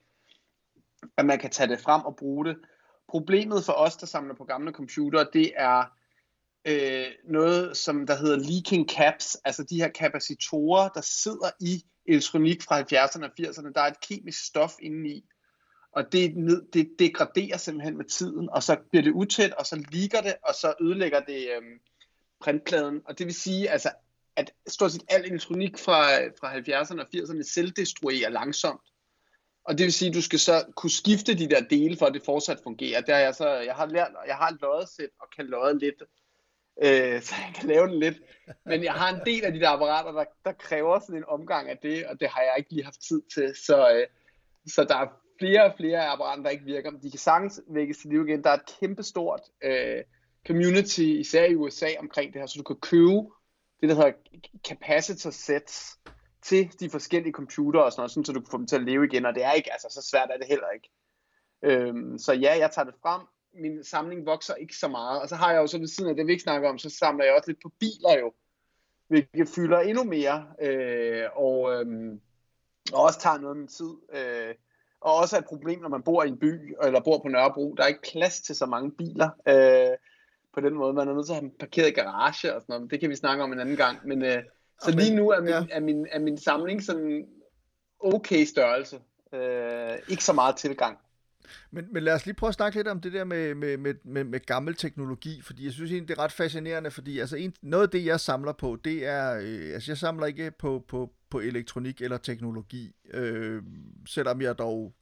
at man kan tage det frem og bruge det. Problemet for os, der samler på gamle computere, det er Øh, noget, som der hedder leaking caps, altså de her kapacitorer, der sidder i elektronik fra halvfjerdserne og firserne. Der er et kemisk stof indeni, og det, det degraderer simpelthen med tiden, og så bliver det utæt, og så leaker det, og så ødelægger det øh, printpladen. Og det vil sige, altså, at stort set al elektronik fra, fra halvfjerdserne og firserne selvdestruerer langsomt. Og det vil sige, at du skal så kunne skifte de der dele, for at det fortsat fungerer. Der er jeg, så, jeg har lært, jeg har et loddesæt og kan lodde lidt, Øh, så jeg kan lave den lidt. Men jeg har en del af de der apparater, der, der kræver sådan en omgang af det, og det har jeg ikke lige haft tid til. Så, øh, så der er flere og flere af apparaterne, der ikke virker. De kan sagtens vækkes til liv igen. Der er et kæmpestort øh, community, især i U S A, omkring det her, så du kan købe det, der hedder capacitor sets til de forskellige computere og sådan noget, sådan, så du kan få dem til at leve igen, og det er ikke, altså så svært er det heller ikke. Øh, så ja, jeg tager det frem. Min samling vokser ikke så meget, og så har jeg jo så ved siden af det, vi ikke snakker om, så samler jeg også lidt på biler jo, hvilket fylder endnu mere, øh, og, øh, og også tager noget af min tid, øh, og også er et problem, når man bor i en by, eller bor på Nørrebro, der er ikke plads til så mange biler, øh, på den måde, man er nødt til at have dem parkeret i garage og sådan noget, men det kan vi snakke om en anden gang, men øh, så okay. Lige nu er min, ja. er, min, er min samling sådan okay størrelse, øh, ikke så meget tilgang. Men, men lad os lige prøve at snakke lidt om det der med, med, med, med, med gammel teknologi, fordi jeg synes egentlig, det er ret fascinerende, fordi altså en, noget af det, jeg samler på, det er, øh, altså jeg samler ikke på, på, på elektronik eller teknologi, øh, selvom jeg dog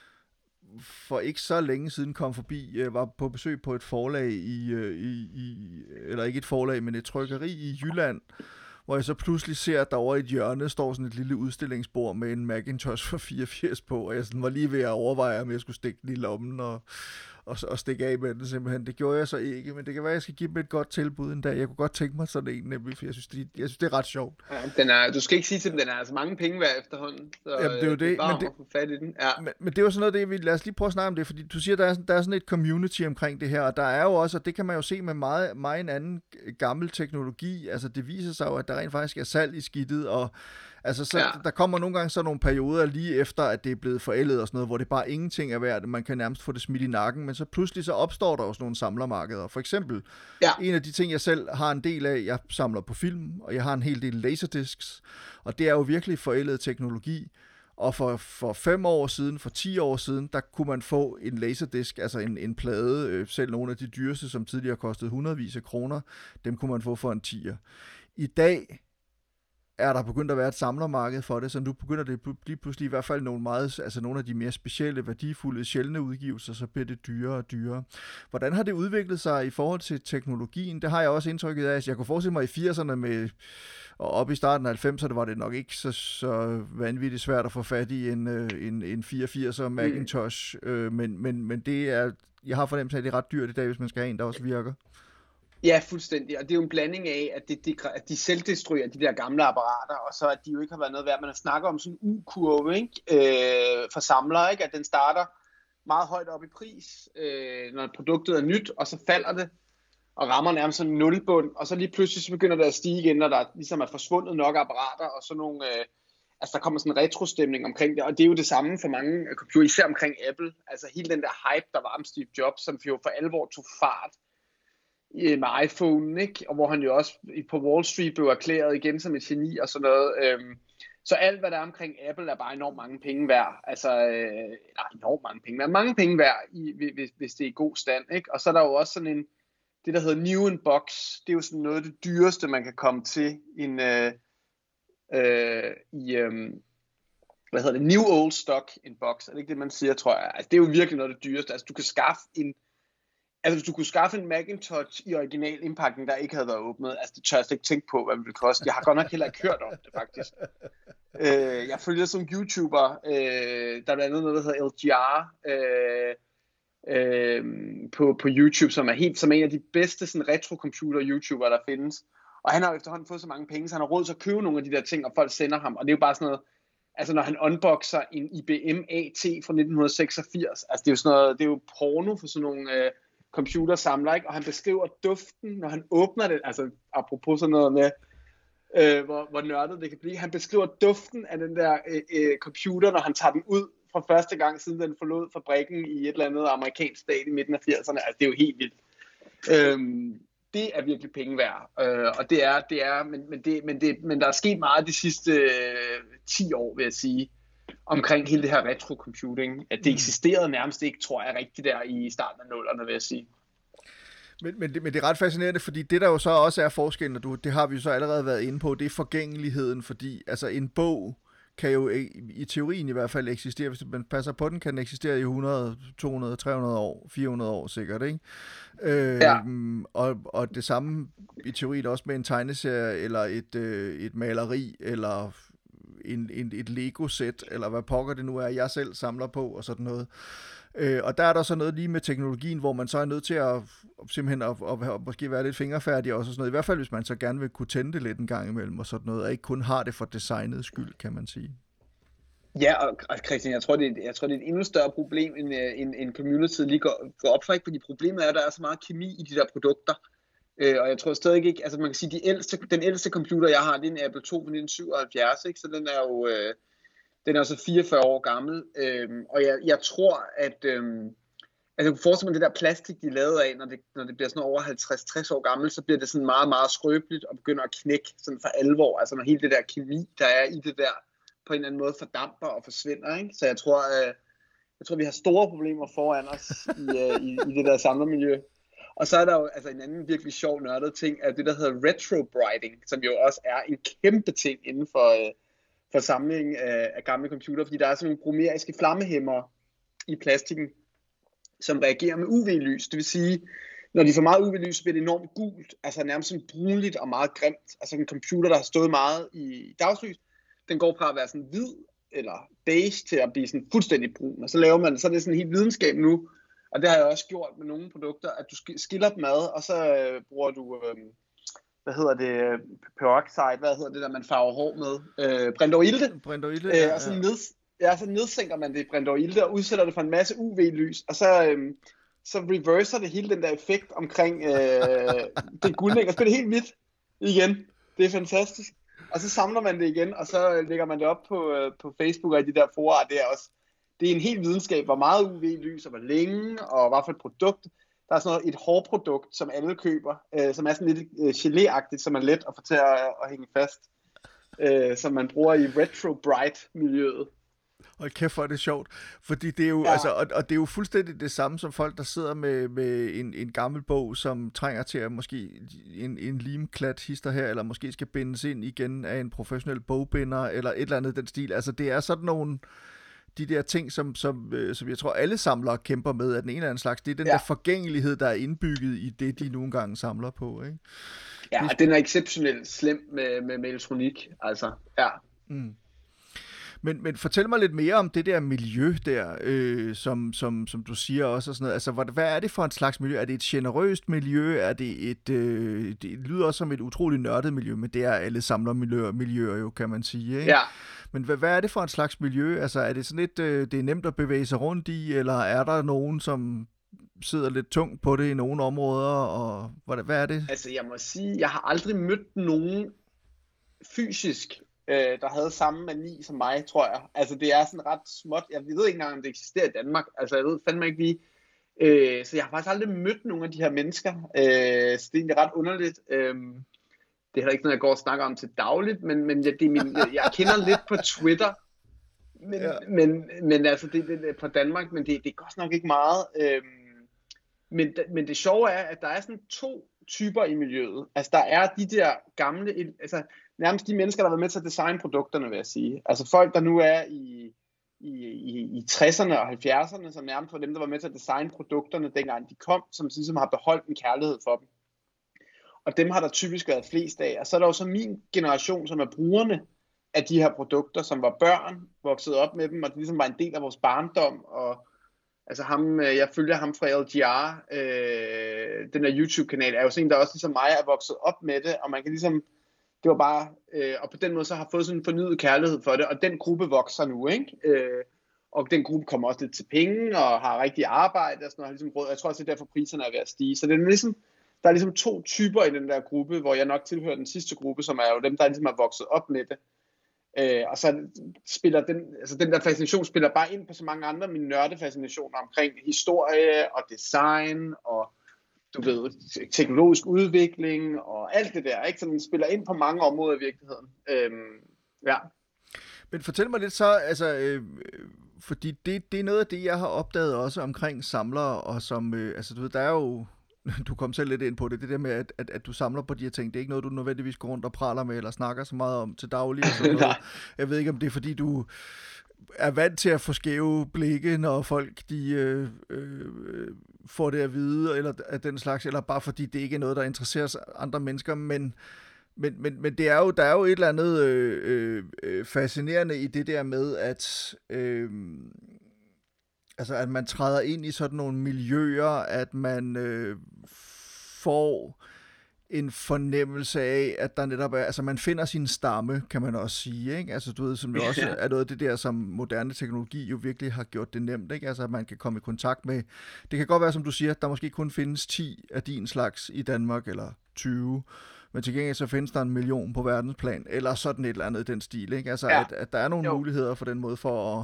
for ikke så længe siden kom forbi, øh, var på besøg på et forlag i, øh, i, i, eller ikke et forlag, men et trykkeri i Jylland, hvor jeg så pludselig ser, at der over i et hjørne står sådan et lille udstillingsbord med en Macintosh fra fireogfirs på, og jeg sådan var lige ved at overveje, om jeg skulle stikke den i lommen og, og, og stikke af med den simpelthen. Det gjorde jeg så ikke, men det kan være, at jeg skal give dem et godt tilbud en dag. Jeg kunne godt tænke mig sådan en, nemlig, for jeg synes, det, jeg synes, det er ret sjovt. Ja, den er, du skal ikke sige til dem, den er altså mange penge værd efterhånden. Så jamen, det er jo det. det er men, det, fat i den. Ja. Men, men det er jo sådan noget, det vi, lad os lige prøve at snakke om det, fordi du siger, der er, der er sådan et community omkring det her, og der er jo også, og det kan man jo se med meget, meget en anden gammel teknologi, altså det viser sig jo, at der rent faktisk er salg i skidtet, og altså, så, ja. Der kommer nogle gange så nogle perioder lige efter, at det er blevet forældet og sådan noget, hvor det bare ingenting er værd, man kan nærmest få det smidt i nakken, men så pludselig så opstår der også nogle samlermarkeder. For eksempel, ja. En af de ting, jeg selv har en del af, jeg samler på film, og jeg har en hel del laserdiscs, og det er jo virkelig forældet teknologi. Og for, for fem år siden, for ti år siden, der kunne man få en laserdisk, altså en, en plade, øh, selv nogle af de dyreste, som tidligere kostede hundredvis af kroner, dem kunne man få for en tier. I dag er der begyndt at være et samlermarked for det, så nu begynder det lige pludselig i hvert fald nogle meget, altså nogle af de mere specielle, værdifulde, sjældne udgivelser, så bliver det dyrere og dyrere. Hvordan har det udviklet sig i forhold til teknologien? Det har jeg også indtrykket af, at jeg kunne forestille mig i firserne med, og op i starten af halvfemserne var det nok ikke så, så vanvittigt svært at få fat i en, en, en fireogfirs Macintosh, mm. øh, men, men, men det er jeg har fornemmelse af, at det er ret dyrt i dag, hvis man skal have en, der også virker. Ja, fuldstændig. Og det er jo en blanding af, at, det, det, at de selvdestruerer de der gamle apparater, og så at de jo ikke har været noget værd. Man har snakket om sådan en U-kurve, ikke? Øh, for samlere, ikke? At den starter meget højt op i pris, øh, når produktet er nyt, og så falder det, og rammer nærmest sådan en nulbund, og så lige pludselig så begynder det at stige igen, når der ligesom er forsvundet nok apparater, og sådan nogle, øh, altså der kommer sådan en retrostemning omkring det, og det er jo det samme for mange computer, især omkring Apple, altså hele den der hype, der var om Steve Jobs, som jo for alvor tog fart øh, med iPhone, ikke? Og hvor han jo også på Wall Street blev erklæret igen som et geni og sådan noget. Øh, så alt hvad der er omkring Apple er bare enormt mange penge værd, altså, øh, nej, enormt mange penge, men mange penge værd, i, hvis, hvis det er i god stand, ikke? Og så er der jo også sådan en det, der hedder new in box, det er jo sådan noget af det dyreste, man kan komme til en, øh, øh, i, øh, hvad hedder det, new old stock in box. Er det ikke det, man siger, tror jeg? Altså, det er jo virkelig noget af det dyreste. Altså, du kan skaffe en, altså, hvis du kunne skaffe en Macintosh i original indpakning, der ikke havde været åbnet, altså, det tør jeg slet ikke tænke på, hvad det ville koste. Jeg har godt nok heller ikke hørt om det, faktisk. øh, jeg følger som YouTuber, øh, der er blandt andet noget, der hedder L G R, øh, Øh, på, på YouTube, som er helt som en af de bedste sådan, retro-computer-YouTubere, der findes. Og han har jo efterhånden fået så mange penge, så han har råd til at købe nogle af de der ting, og folk sender ham. Og det er jo bare sådan noget, altså når han unboxer en I B M A T fra nitten seksogfirs, altså det er jo sådan noget, det er jo porno for sådan nogle øh, computersamlere, ikke? Og han beskriver duften, når han åbner det, altså apropos sådan noget med, øh, hvor, hvor nørdet det kan blive. Han beskriver duften af den der øh, øh, computer, når han tager den ud for første gang, siden den forlod fabrikken i et eller andet amerikansk stat i midten af firserne. Altså, det er jo helt vildt. Øhm, det er virkelig penge værd. Øh, og det er, det er, men, men, det, men, det, men der er sket meget de sidste øh, ti år, vil jeg sige, omkring hele det her retro-computing. At det eksisterede nærmest ikke, tror jeg, rigtigt der i starten af nullerne, vil jeg sige. Men, men, det, men det er ret fascinerende, fordi det der jo så også er forskellen, og du, det har vi jo så allerede været inde på, det er forgængeligheden, fordi altså en bog kan jo i teorien i hvert fald eksistere, hvis man passer på den, kan den eksistere i hundrede, to hundrede, tre hundrede år, fire hundrede år sikkert, ikke? Øh, ja. og, og det samme i teorien også med en tegneserie, eller et, øh, et maleri, eller en, en, et Lego-sæt, eller hvad pokker det nu er, jeg selv samler på, og sådan noget. Øh, og der er der så noget lige med teknologien, hvor man så er nødt til at simpelthen at, at, at måske være lidt fingerfærdig og sådan noget. I hvert fald, hvis man så gerne vil kunne tænde det lidt en gang imellem og sådan noget, og ikke kun har det for designets skyld, kan man sige. Ja, og Christian, jeg tror, det er, jeg tror, det er et endnu større problem, end, end, end community lige går, går op for, ikke? Fordi problemet er, at der er så meget kemi i de der produkter. Øh, og jeg tror stadig ikke, altså man kan sige, de ældste, den ældste computer, jeg har, det er en Apple to fra nitten syvoghalvfjerds, ikke? Så den er jo... Øh, Den er så fireogfyrre år gammel, øhm, og jeg, jeg tror, at øhm, altså, jeg kunne forestille mig, det der plastik, de er lavet af, når det, når det bliver sådan over halvtreds til tres år gammel, så bliver det sådan meget, meget skrøbeligt og begynder at knække sådan for alvor. Altså når hele det der kemi, der er i det der, på en eller anden måde fordamper og forsvinder, ikke? Så jeg tror, øh, jeg tror, vi har store problemer foran os i, øh, i, i det der samlermiljø. Og så er der jo altså en anden virkelig sjov nørdet ting, at det der hedder retrobrighting, som jo også er en kæmpe ting inden for... Øh, for samling af, af gamle computer, fordi der er sådan nogle bromeriske flammehæmmere i plastikken, som reagerer med U V-lys. Det vil sige, når de får meget U V-lys, så bliver det enormt gult, altså nærmest sådan brunligt og meget grimt. Altså en computer, der har stået meget i dagslys, den går fra at være sådan hvid eller beige til at blive sådan fuldstændig brun. Og så laver man, så er det sådan en helt videnskab nu, og det har jeg også gjort med nogle produkter, at du skiller dem ad, og så øh, bruger du... Øh, hvad hedder det, peroxide, hvad hedder det, der man farver hår med, øh, brintovilde, brintovilde, øh, ja, og så, ja. ned, ja, så nedsænker man det i brintovilde og udsætter det for en masse U V-lys, og så, øh, så reverser det hele den der effekt omkring øh, det guldning, og så bliver det helt hvidt igen. Det er fantastisk. Og så samler man det igen, og så lægger man det op på, øh, på Facebook og i de der forer. Det er også, det er en helt videnskab, hvor meget U V-lys, og hvor længe, og hvad for et produkt. Der er sådan noget, et hårprodukt, som alle køber, øh, som er sådan lidt øh, gelé-agtigt, som er let at få til at, at hænge fast, øh, som man bruger i retro-bright-miljøet. Og kæft, hvor er det sjovt, fordi det er jo, ja. altså, og, og det er jo fuldstændig det samme som folk, der sidder med, med en, en gammel bog, som trænger til at måske en, en limklat hister her, eller måske skal bindes ind igen af en professionel bogbinder, eller et eller andet den stil. Altså det er sådan nogle... de der ting, som, som, øh, som jeg tror, alle samlere kæmper med af den ene eller anden slags, det er den ja. der forgængelighed, der er indbygget i det, de nogle gange samler på, ikke? Ja, det, den er exceptionelt slem med, med, med elektronik, altså, ja. Mm. Men, men fortæl mig lidt mere om det der miljø der, øh, som, som, som du siger også og sådan noget. Altså, hvad, hvad er det for en slags miljø? Er det et generøst miljø? Er det et, øh, det lyder også som et utroligt nørdet miljø, men det er alle samlermiljøer miljøer jo, kan man sige, ikke? Ja. Men hvad, hvad er det for en slags miljø? Altså, er det sådan et, øh, det er nemt at bevæge sig rundt i, eller er der nogen, som sidder lidt tungt på det i nogle områder, og hvad, hvad er det? Altså, jeg må sige, jeg har aldrig mødt nogen fysisk, øh, der havde samme mani som mig, tror jeg. Altså, det er sådan ret småt. Jeg ved ikke engang, om det eksisterer i Danmark. Altså, jeg ved fandme ikke lige. Øh, så jeg har faktisk aldrig mødt nogen af de her mennesker. Øh, så det er egentlig ret underligt. Øh, det er heller ikke noget, jeg går og snakker om til dagligt, men, men jeg, det er min, jeg, jeg kender lidt på Twitter. Men, ja. men, men altså, det, det, det er fra Danmark, men det, det er godt nok ikke meget. Øh, men, men det sjove er, at der er sådan to typer i miljøet. Altså, der er de der gamle, altså nærmest de mennesker, der har været med til at designe produkterne, vil jeg sige. Altså folk, der nu er i, i, i, i tresserne og halvfjerdserne, som nærmest var dem, der var med til at designe produkterne, dengang de kom, som ligesom har beholdt en kærlighed for dem. Og dem har der typisk været flest af. Og så er der jo så min generation, som er brugerne af de her produkter, som var børn, voksede op med dem, og det ligesom var en del af vores barndom. Og altså ham, jeg følger ham fra L G R, øh, den der YouTube-kanal, er jo sådan en, der også ligesom mig er vokset op med det, og man kan ligesom, det var bare, øh, og på den måde så har fået sådan en fornyet kærlighed for det, og den gruppe vokser nu, ikke? Øh, og den gruppe kommer også lidt til penge, og har rigtig arbejde, og sådan noget, ligesom råd. Jeg tror også, det er derfor priserne er ved at stige. Så det er ligesom, der er ligesom to typer i den der gruppe, hvor jeg nok tilhører den sidste gruppe, som er jo dem, der ligesom er vokset op med det. Øh, og så spiller den, altså den der fascination spiller bare ind på så mange andre mine nørdefascinationer omkring historie og design og du ved, teknologisk udvikling og alt det der, ikke? Så den spiller ind på mange områder i virkeligheden. Øhm, ja. Men fortæl mig lidt så, altså, øh, fordi det, det er noget af det, jeg har opdaget også omkring samlere, og som, øh, altså du ved, der er jo, du kom selv lidt ind på det, det der med, at, at, at du samler på de her ting, det er ikke noget, du nødvendigvis går rundt og praler med, eller snakker så meget om til daglig. Og sådan noget. Jeg ved ikke, om det er, fordi du er vant til at få skæve blikke, når folk, de øh, øh, får det at vide, eller at den slags, eller bare fordi det ikke er noget, der interesserer andre mennesker, men Men, men, men det er jo, der er jo et eller andet øh, øh, fascinerende i det der med, at, øh, altså, at man træder ind i sådan nogle miljøer, at man øh, får en fornemmelse af, at der netop er, altså man finder sin stamme, kan man også sige, ikke? Altså du ved, som jo også er noget af det der, som moderne teknologi jo virkelig har gjort det nemt, ikke? Altså at man kan komme i kontakt med, det kan godt være, som du siger, der måske kun findes ti af din slags i Danmark, eller tyve, men til gengæld så findes der en million på verdensplan, eller sådan et eller andet i den stil, ikke? Altså, ja. at, at der er nogle jo. muligheder for den måde for at,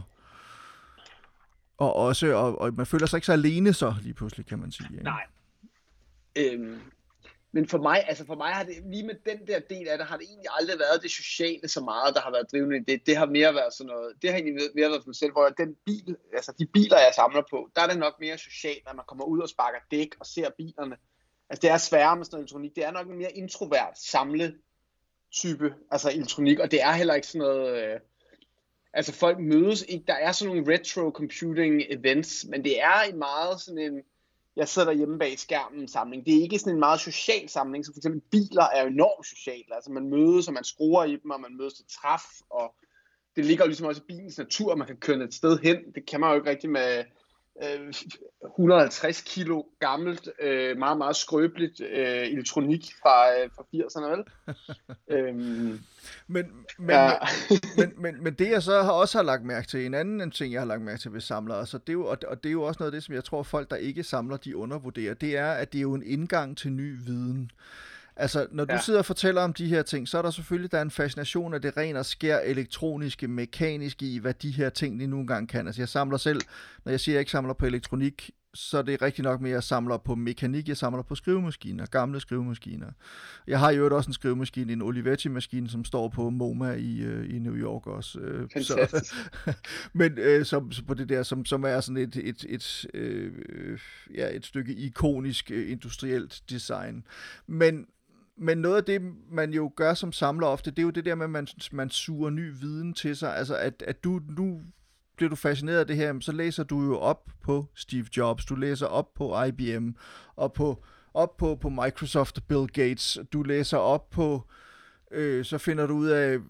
og også, og, og man føler sig ikke så alene så, lige pludselig, kan man sige. Ikke? Nej. Øhm, men for mig, altså for mig har det, lige med den der del af det, har det egentlig aldrig været det sociale så meget, der har været drivende i det. Det har mere været sådan noget, det har egentlig mere været for mig selv, hvor den bil, altså de biler, jeg samler på, der er det nok mere socialt, når man kommer ud og sparker dæk og ser bilerne. Altså det er sværere med sådan noget elektronik. Det er nok en mere introvert samle-type, altså elektronik, og det er heller ikke sådan noget, øh, altså folk mødes ikke, der er sådan nogle retro computing events, men det er en meget sådan en, jeg sidder hjemme bag skærmen samling. Det er ikke sådan en meget social samling, så for eksempel biler er jo enormt socialt, altså man mødes, og man skruer i dem, og man mødes til træf, og det ligger jo ligesom også i bilens natur, man kan køre et sted hen, det kan man jo ikke rigtig med et hundrede og halvtreds kilo gammelt, øh, meget, meget skrøbeligt øh, elektronik fra, øh, fra firserne, vel? øhm, men, men, ja. men, men, men det jeg så har også har lagt mærke til, en anden ting, jeg har lagt mærke til ved samlere, altså, det er jo, og det er jo også noget af det, som jeg tror, folk, der ikke samler, de undervurderer, det er, at det er jo en indgang til ny viden. Altså, når du ja. sidder og fortæller om de her ting, så er der selvfølgelig der er en fascination af det rent og skær elektroniske, mekaniske i, hvad de her ting lige nu engang kan. Altså, jeg samler selv, når jeg siger, at jeg ikke samler på elektronik, så er det rigtig nok mere, at jeg samler på mekanik, jeg samler på skrivemaskiner, gamle skrivemaskiner. Jeg har jo også en skrivemaskine, en Olivetti-maskine, som står på MoMA i, uh, i New York også. Uh, så, men uh, som, så på det der, som, som er sådan et, et, et, uh, ja, et stykke ikonisk uh, industrielt design. Men Men noget af det, man jo gør som samler ofte, det er jo det der med, at man, man suger ny viden til sig. Altså, at, at du nu bliver du fascineret af det her, så læser du jo op på Steve Jobs, du læser op på I B M, og på, op på, på Microsoft, Bill Gates, du læser op på, øh, så finder du ud af,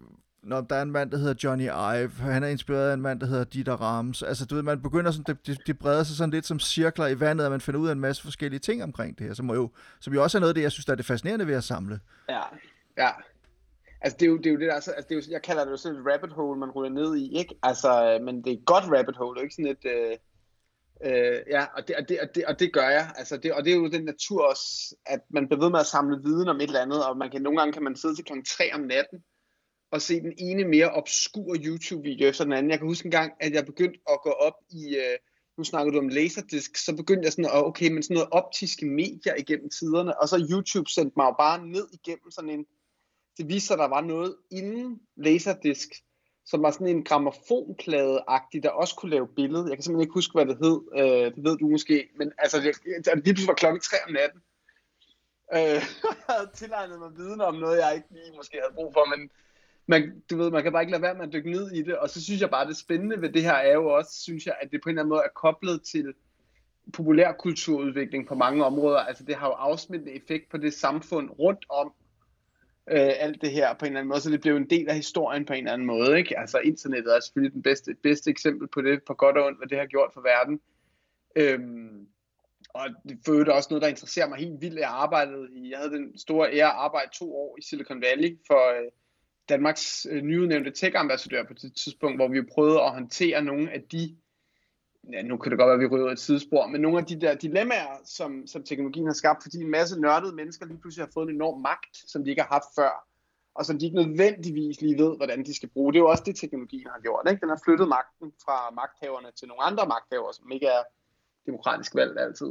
når der er en mand, der hedder Johnny Ive, han er inspireret af en mand, der hedder Dieter Rams. Altså, du ved, man begynder sådan, det, det, det breder sig sådan lidt som cirkler i vandet, at man finder ud af en masse forskellige ting omkring det her, som jo, som jo også er noget af det, jeg synes, der er det fascinerende ved at samle. Ja, ja. Altså, det er jo det, er jo det der, altså, det er jo, jeg kalder det jo sådan et rabbit hole, man ruller ned i, ikke? Altså, men det er et godt rabbit hole, ikke sådan et... Øh, øh, ja, og det, og, det, og, det, og det gør jeg. Altså, det, og det er jo den natur også, at man bliver ved med at samle viden om et eller andet, og man kan, nogle gange kan man sidde til klokken tre om natten, og se den ene mere obskur YouTube-video efter den anden. Jeg kan huske en gang, at jeg begyndte at gå op i... Øh, nu snakker du om Laserdisc, så begyndte jeg sådan at, okay, men sådan noget optiske medier igennem tiderne, og så YouTube sendte mig jo bare ned igennem sådan en... Det viste sig, at der var noget inden Laserdisc, som var sådan en grammofonplade-agtig, der også kunne lave billede. Jeg kan simpelthen ikke huske, hvad det hed. Øh, det ved du måske. Men altså, det, det lige pludselig var klokken tre om natten. Øh, jeg havde tilegnet mig viden om noget, jeg ikke lige måske havde brug for, men man, du ved, man kan bare ikke lade være med at dykke ned i det. Og så synes jeg bare, det spændende ved det her er jo også, synes jeg, at det på en eller anden måde er koblet til populærkulturudvikling på mange områder. Altså, det har jo afsmittende effekt på det samfund rundt om, Øh, alt det her på en eller anden måde, så det blev en del af historien på en eller anden måde, ikke? Altså internettet er selvfølgelig den bedste, bedste eksempel på det, på godt og ondt, hvad det har gjort for verden. Øhm, og det er også noget, der interesserer mig helt vildt. Jeg arbejdede i, jeg havde den store ære at arbejde to år i Silicon Valley for øh, Danmarks øh, nyudnævnte tech-ambassadør på det tidspunkt, hvor vi prøvede at håndtere nogle af de, ja, nu kan det godt være, at vi ryger et sidespor, men nogle af de der dilemmaer, som, som teknologien har skabt, fordi en masse nørdede mennesker lige pludselig har fået en enorm magt, som de ikke har haft før, og som de ikke nødvendigvis lige ved, hvordan de skal bruge. Det er jo også det, teknologien har gjort, ikke? Den har flyttet magten fra magthaverne til nogle andre magthavere, som ikke er demokratisk valgt altid.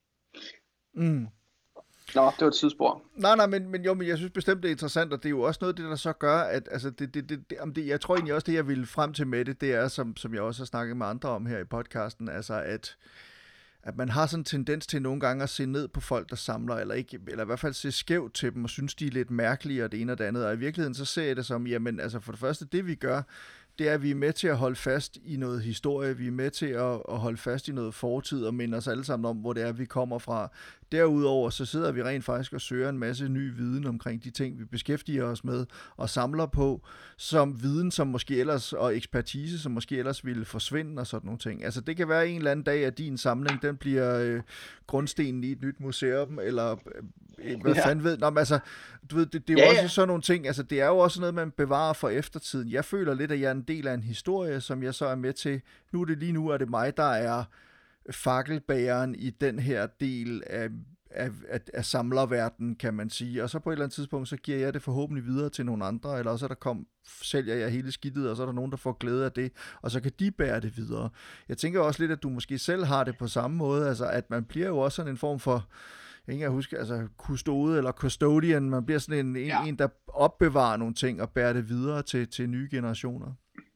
Mm. Nå, det var et sidespor. Nej, nej, men, men jo, men jeg synes bestemt, det er interessant, og det er jo også noget af det, der så gør, at altså, det, det, det, det, det, jeg tror egentlig også, det jeg ville frem til med det, det er, som, som jeg også har snakket med andre om her i podcasten, altså at, at man har sådan en tendens til nogle gange at se ned på folk, der samler, eller ikke, eller i hvert fald se skævt til dem, og synes, de er lidt mærkelige, og det ene og det andet, og i virkeligheden så ser jeg det som, jamen, altså for det første, det vi gør, det er, at vi er med til at holde fast i noget historie, vi er med til at, at holde fast i noget fortid, og minde os alle sammen om, hvor det er, vi kommer fra. Derudover så sidder vi rent faktisk og søger en masse ny viden omkring de ting, vi beskæftiger os med og samler på, som viden, som måske ellers, og ekspertise, som måske ellers ville forsvinde og sådan nogle ting. Altså det kan være en eller anden dag, at din samling, den bliver øh, grundstenen i et nyt museum, eller øh, hvad ja. fanden ved. Nå, men altså, du ved, det, det er jo ja, også ja. sådan nogle ting, altså det er jo også noget, man bevarer for eftertiden. Jeg føler lidt, at jeg er en del af en historie, som jeg så er med til. Nu er det lige nu, er det mig, der er fakkelbæreren i den her del af, af, af, af samlerverdenen, kan man sige. Og så på et eller andet tidspunkt, så giver jeg det forhåbentlig videre til nogle andre, eller så der kom, sælger jeg hele skidtet, og så er der nogen, der får glæde af det, og så kan de bære det videre. Jeg tænker også lidt, at du måske selv har det på samme måde, altså at man bliver jo også sådan en form for, jeg kan huske, altså kustode eller custodian, man bliver sådan en, ja. en, der opbevarer nogle ting og bærer det videre til, til nye generationer.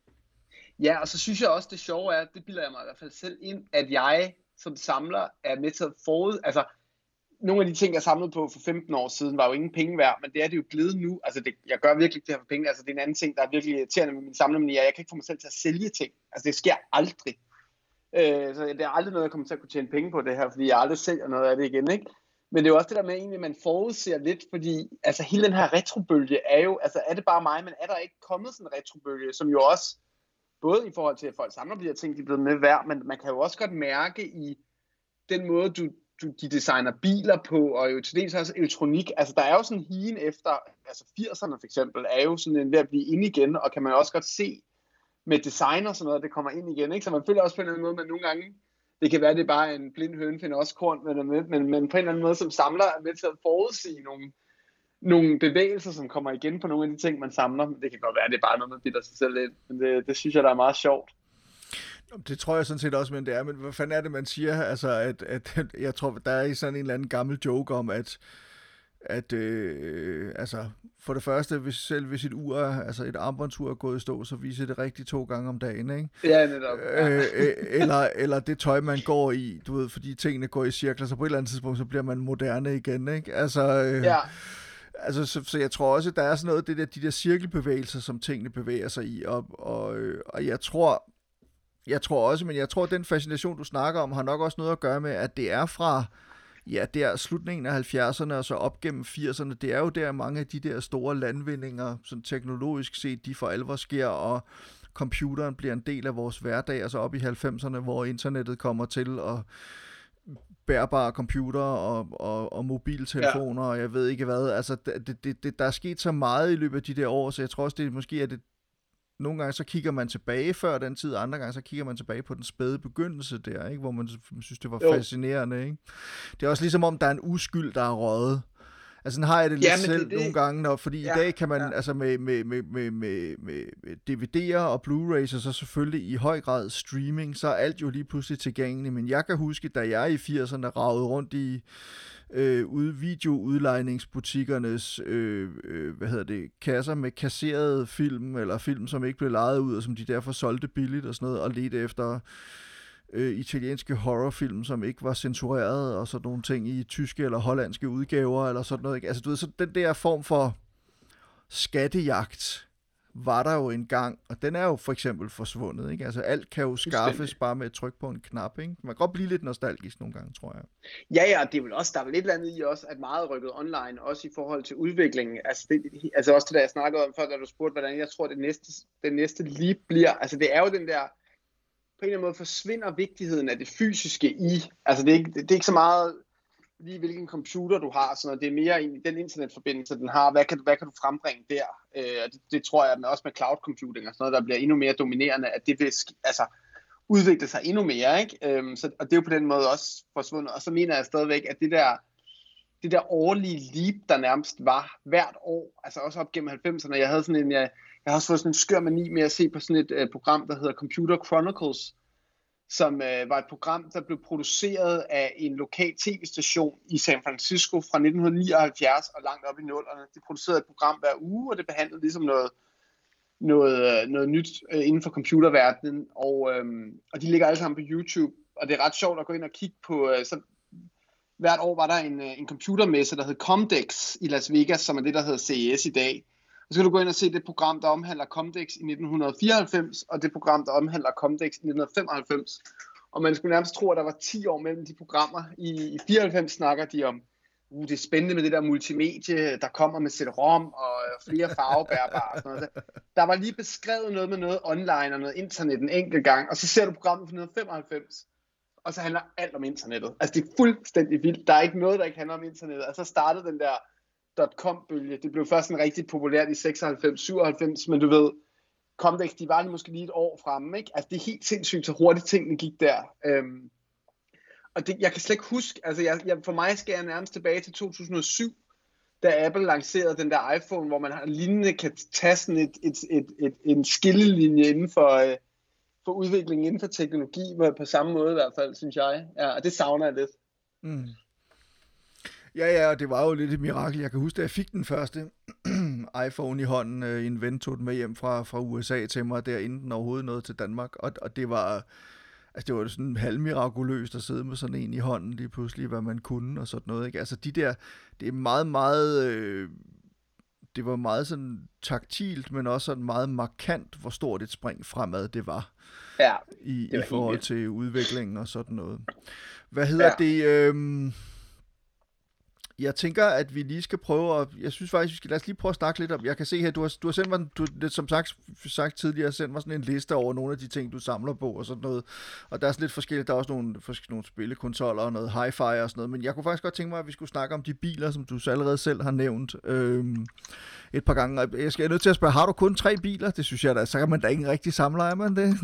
Ja, og så synes jeg også, det sjove er, det bilder jeg mig i hvert fald selv ind, at jeg som samler er med til at forud, altså nogle af de ting, jeg samlede på for femten år siden, var jo ingen penge værd, men det er det jo blevet nu. Altså det, jeg gør virkelig det her for penge, altså det er en anden ting, der er virkelig irriterende med min samling, jeg kan ikke få mig selv til at sælge ting, altså det sker aldrig. Øh, så det er aldrig noget, jeg kommer til at kunne tjene penge på det her, fordi jeg aldrig sælger noget af det igen, ikke? Men det er jo også det der med egentlig, at man forudser lidt, fordi altså hele den her retrobølge er jo, altså er det bare mig, men er der ikke kommet sådan en retrobølge, som jo også, både i forhold til, at folk samler de her ting, de er blevet med værd, men man kan jo også godt mærke i den måde, du, du, de designer biler på, og jo til dels også elektronik. Altså, der er jo sådan en higen efter, altså firserne for eksempel, er jo sådan en ved at blive inde igen, og kan man også godt se med design og sådan noget, det kommer ind igen, ikke? Så man føler også på en eller anden måde, men nogle gange, det kan være, det er bare en blind høne finder også korn, men, men, men på en eller anden måde, som samler, er med til at forudsige nogle, nogle bevægelser, som kommer igen på nogle af de ting, man samler. Det kan godt være, det er bare noget, man bilder sig selv ind, men det, det synes jeg, der er meget sjovt. Det tror jeg sådan set også, men det er, men hvad fanden er det, man siger? Altså, at, at jeg tror, der er sådan en eller anden gammel joke om, at at øh, altså, for det første, hvis selv hvis et ur, altså et armbåndsur er gået i stå, så viser det rigtigt to gange om dagen, ikke? Ja, netop. Øh, øh, eller, eller det tøj, man går i, du ved, fordi tingene går i cirkler, så på et eller andet tidspunkt, så bliver man moderne igen, ikke? Altså, øh, ja. Altså, så, så jeg tror også, at der er sådan noget, det der, de der cirkelbevægelser, som tingene bevæger sig i, og, og, og jeg tror, jeg tror også, men jeg tror, at den fascination, du snakker om, har nok også noget at gøre med, at det er fra ja, der slutningen af halvfjerdserne og så op gennem firserne, det er jo der mange af de der store landvindinger, sådan teknologisk set, de for alvor sker, og computeren bliver en del af vores hverdag, og så op i halvfemserne, hvor internettet kommer til, og bærbare computer og, og, og mobiltelefoner, ja. Og jeg ved ikke hvad, altså det, det, det, der er sket så meget i løbet af de der år, så jeg tror også, det måske er det, nogle gange så kigger man tilbage før den tid, andre gange så kigger man tilbage på den spæde begyndelse der, ikke? Hvor man synes, det var jo. fascinerende. Ikke? Det er også ligesom om, der er en uskyld, der er røget. Altså sådan har jeg det lidt ja, selv det, det... nogle gange, når, fordi ja, i dag kan man ja. altså med, med, med, med, med, med D V D'er og Blu-rays, og så selvfølgelig i høj grad streaming, så er alt jo lige pludselig tilgængeligt. Men jeg kan huske, da jeg i firserne ragede rundt i øh, ude, videoudlejningsbutikkernes øh, øh, hvad hedder det, kasser med kasserede film, eller film, som ikke blev lejet ud, og som de derfor solgte billigt og sådan noget, og ledte efter Øh, italienske horrorfilm, som ikke var censureret, og sådan nogle ting i tyske eller hollandske udgaver, eller sådan noget. Altså, du ved, så den der form for skattejagt var der jo engang, og den er jo for eksempel forsvundet, ikke? Altså, alt kan jo skaffes bare med et tryk på en knap, ikke? Man kan godt blive lidt nostalgisk nogle gange, tror jeg. Ja, ja, det er vel også, der er vel et eller andet i også, at meget er rykket online, også i forhold til udviklingen. Altså, det, altså også det, der jeg snakkede om før, da du spurgte, hvordan jeg tror, det næste, det næste leap bliver. Altså, det er jo den der på en eller anden måde forsvinder vigtigheden af det fysiske i, altså det er ikke, det er ikke så meget lige hvilken computer du har, sådan noget. Det er mere i den internetforbindelse, den har, hvad kan, hvad kan du frembringe der, øh, det, det tror jeg også med cloud computing og sådan noget, der bliver endnu mere dominerende, at det vil altså, udvikle sig endnu mere, ikke? Øhm, så, og det er jo på den måde også forsvundet, og så mener jeg stadigvæk, at det der, det der årlige leap, der nærmest var hvert år, altså også op gennem halvfemserne, jeg havde sådan en, jeg, Jeg har også fået sådan en skør mani med at se på sådan et uh, program, der hedder Computer Chronicles, som uh, var et program, der blev produceret af en lokal tv-station i San Francisco fra nitten nioghalvfjerds og langt op i nullerne. De producerede et program hver uge, og det behandlede ligesom noget, noget, uh, noget nyt uh, inden for computerverdenen. Og, um, og de ligger alle sammen på YouTube, og det er ret sjovt at gå ind og kigge på. Uh, så hvert år var der en, uh, en computermesse, der hed Comdex i Las Vegas, som er det, der hedder C E S i dag. Så skal du gå ind og se det program, der omhandler Comdex i nitten fireoghalvfems, og det program, der omhandler Comdex i nitten femoghalvfems. Og man skulle nærmest tro, at der var ti år mellem de programmer. I, i fireoghalvfems snakker de om, uh, det er spændende med det der multimedie, der kommer med C D-rom og flere farvebærbare og sådan noget. Der var lige beskrevet noget med noget online og noget internet en enkelt gang, og så ser du programmet fra nitten femoghalvfems, og så handler alt om internettet. Altså det er fuldstændig vildt. Der er ikke noget, der ikke handler om internettet. Og så startede den der dot-com-bølge. Det blev først sådan rigtig populært i seksoghalvfems syvoghalvfems, men du ved, Comdex, de var måske lige et år fremme, ikke? Altså det er helt sindssygt, så hurtigt tingene gik der. Øhm, og det, jeg kan slet ikke huske, altså jeg, jeg, for mig skal jeg nærmest tilbage til to tusind og syv, da Apple lancerede den der iPhone, hvor man har lignende kan tage sådan et, et, et, et, en skillelinje inden for, øh, for udviklingen inden for teknologi, på samme måde i hvert fald, synes jeg. Ja, og det savner jeg lidt. Mm. Ja, ja, og det var jo lidt et mirakel. Jeg kan huske, at jeg fik den første iPhone i hånden. En ven tog den med hjem fra, fra U S A til mig, der inden den overhovedet nåede til Danmark. Og, og det var altså det var sådan halvmirakuløst at sidde med sådan en i hånden lige pludselig, hvad man kunne og sådan noget. Ikke? Altså de der, det er meget, meget, øh, det var meget sådan taktilt, men også sådan meget markant, hvor stort et spring fremad det var. Ja, i, det var i forhold til udviklingen og sådan noget. Hvad hedder ja. det? Øh, Jeg tænker, at vi lige skal prøve at... Jeg synes faktisk, vi skal lad os lige prøve at snakke lidt om... Jeg kan se her, du har, du har sendt mig... Du, som sagt, sagt tidligere, sendt mig sådan en liste over nogle af de ting, du samler på og sådan noget. Og der er sådan lidt forskelligt. Der er også nogle, nogle spillekonsoller og noget hi-fi og sådan noget. Men jeg kunne faktisk godt tænke mig, at vi skulle snakke om de biler, som du allerede selv har nævnt øhm, et par gange. Jeg skal jeg er nødt til at spørge, har du kun tre biler? Det synes jeg da. Så kan man da ikke rigtig samle, er man det?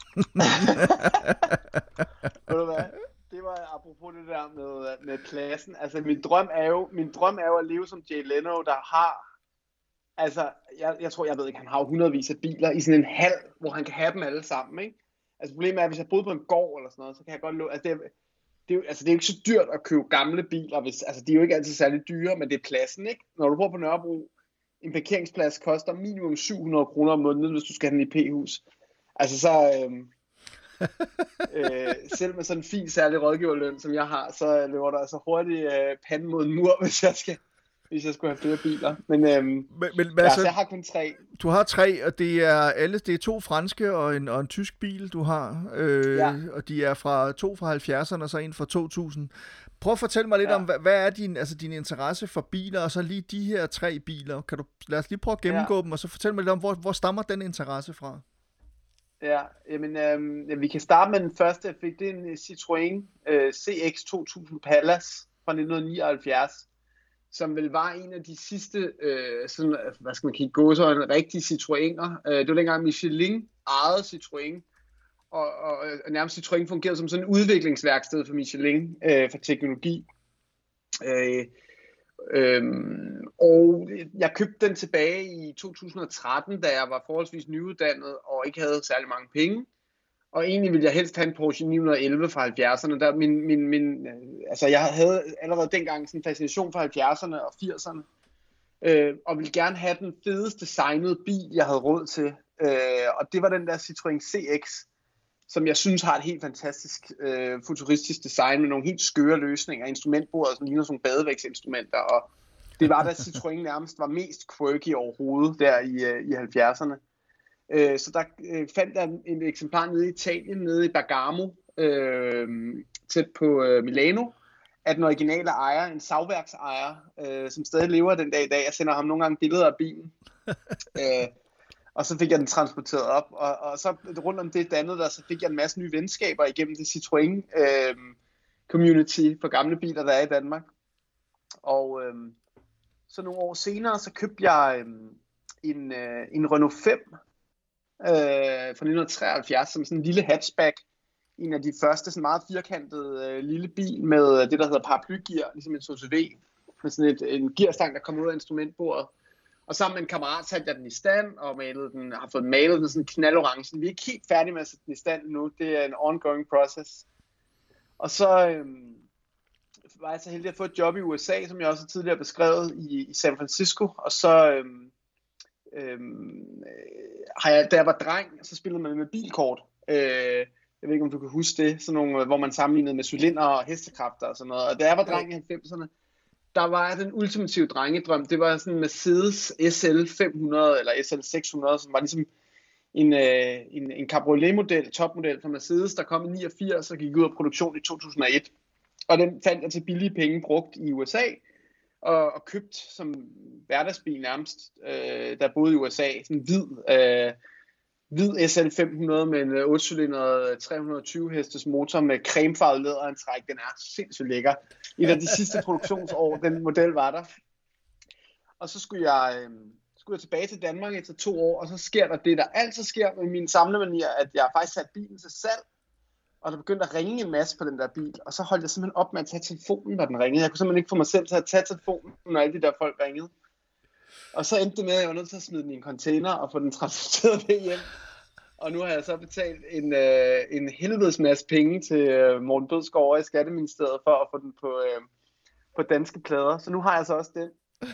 Ved du hvad? Det var apropos det der med, med pladsen. Altså min drøm er jo, min drøm er jo at leve som Jay Leno, der har, altså jeg, jeg tror, jeg ved ikke, han har jo hundredvis af biler i sådan en hal, hvor han kan have dem alle sammen, ikke? Altså problemet er, at hvis jeg boede på en gård eller sådan noget, så kan jeg godt love, altså det, det, er jo, altså det er jo ikke så dyrt at købe gamle biler, hvis, altså de er jo ikke altid særlig dyre, men det er pladsen, ikke? Når du bor på Nørrebro, en parkeringsplads koster minimum syv hundrede kroner om måneden, hvis du skal have den i P-hus. Altså så... Øhm, øh, selv med sådan en fin særlig rådgiverløn som jeg har, så løber der altså hurtigt øh, panden mod en mur, hvis jeg skal hvis jeg skulle have flere biler. Men, øhm, men, men ja, altså, jeg har kun tre. Du har tre, og det er alle, det er to franske og en, og en tysk bil, du har. Øh, ja. Og de er fra to fra halvfjerdserne og så en fra to tusind. Prøv at fortælle mig lidt Ja. om, hvad, hvad er din, altså din interesse for biler, og så lige de her tre biler. Kan du, lad os lige prøve at gennemgå Ja. dem, og så fortæl mig lidt om, hvor, hvor stammer den interesse fra? Ja, jamen, øhm, vi kan starte med den første, jeg fik. Det er en Citroën øh, C X to tusind Palace fra nitten nioghalvfjerds, som vel var en af de sidste, øh, sådan, hvad skal man kigge, gåsøjne, rigtige Citroëner. Øh, det var dengang Michelin ejede Citroën, og, og, og nærmest Citroën fungerede som sådan en udviklingsværksted for Michelin, øh, for teknologi. Øh, Øhm, og jeg købte den tilbage i to tusind og tretten, da jeg var forholdsvis nyuddannet og ikke havde særlig mange penge. Og egentlig ville jeg helst have en Porsche ni elleve fra halvfjerdserne. Der min, min, min, altså jeg havde allerede dengang sådan en fascination for halvfjerdserne og firserne. Øh, og ville gerne have den fedest designede bil, jeg havde råd til. Øh, og det var den der Citroën C X, som jeg synes har et helt fantastisk øh, futuristisk design med nogle helt skøre løsninger. Instrumentbordet, som ligner sådan nogle badevægtsinstrumenter, og det var da Citroën nærmest var mest quirky overhovedet der i, øh, i halvfjerdserne. Øh, så der øh, fandt jeg en, en eksemplar nede i Italien, nede i Bergamo, øh, tæt på øh, Milano, at den originale ejer, en savværksejer, øh, som stadig lever den dag i dag. Jeg sender ham nogle gange billeder af bilen. øh, Og så fik jeg den transporteret op, og, og så rundt om det dannede der, så fik jeg en masse nye venskaber igennem det Citroën øh, community for gamle biler, der er i Danmark. Og øh, så nogle år senere, så købte jeg øh, en, øh, en Renault fem øh, fra nitten treoghalvfjerds, som sådan en lille hatchback. En af de første sådan meget firkantede øh, lille bil med det, der hedder paraplygear, ligesom en T C V, med sådan et, en gearstang, der kommer ud af instrumentbordet. Og sammen med en kammerat satte jeg den i stand, og malede den, har fået malet den sådan knaldorange. Vi er ikke helt færdige med at sætte den i stand nu. Det er en ongoing process. Og så øhm, var jeg så heldig at få et job i U S A, som jeg også tidligere har beskrevet, i, i San Francisco. Og så øhm, øhm, har jeg, da jeg var dreng, så spillede man med bilkort. Øh, jeg ved ikke, om du kan huske det. Sådan nogle, hvor man sammenlignede med cylinder og hestekræfter og sådan noget. Og da jeg var dreng i halvfemserne, der var den ultimative drengedrøm. Det var sådan en Mercedes S L fem hundrede eller S L seks hundrede, som var ligesom en, øh, en, en cabriolet-model, topmodel fra Mercedes, der kom i niogfirs og gik ud af produktion i to tusind og et. Og den fandt jeg til billige penge brugt i U S A, og, og købt som hverdagsbil nærmest, øh, der boede i U S A. Sådan en hvid, øh, hvid S L fem hundrede med en otte-cylindret tre hundrede og tyve hestes motor med cremefarvet læderantræk. Den er sindssygt lækker. Et af de sidste produktionsår, den model var der. Og så skulle jeg, øh, skulle jeg tilbage til Danmark efter to år, og så sker der det, der altid sker med mine samlemanier, at jeg faktisk satte bilen til salg, og der begyndte at ringe en masse på den der bil, og så holdt jeg simpelthen op med at tage telefonen, når den ringede. Jeg kunne simpelthen ikke få mig selv til at tage telefonen, når alle de der folk ringede. Og så endte det med, at jeg var nødt til at smide den i en container og få den transporteret med hjem. Og nu har jeg så betalt en, øh, en helvedes masse penge til øh, Morten Bødskov over i Skatteministeriet for at få den på, øh, på danske plader. Så nu har jeg så også den.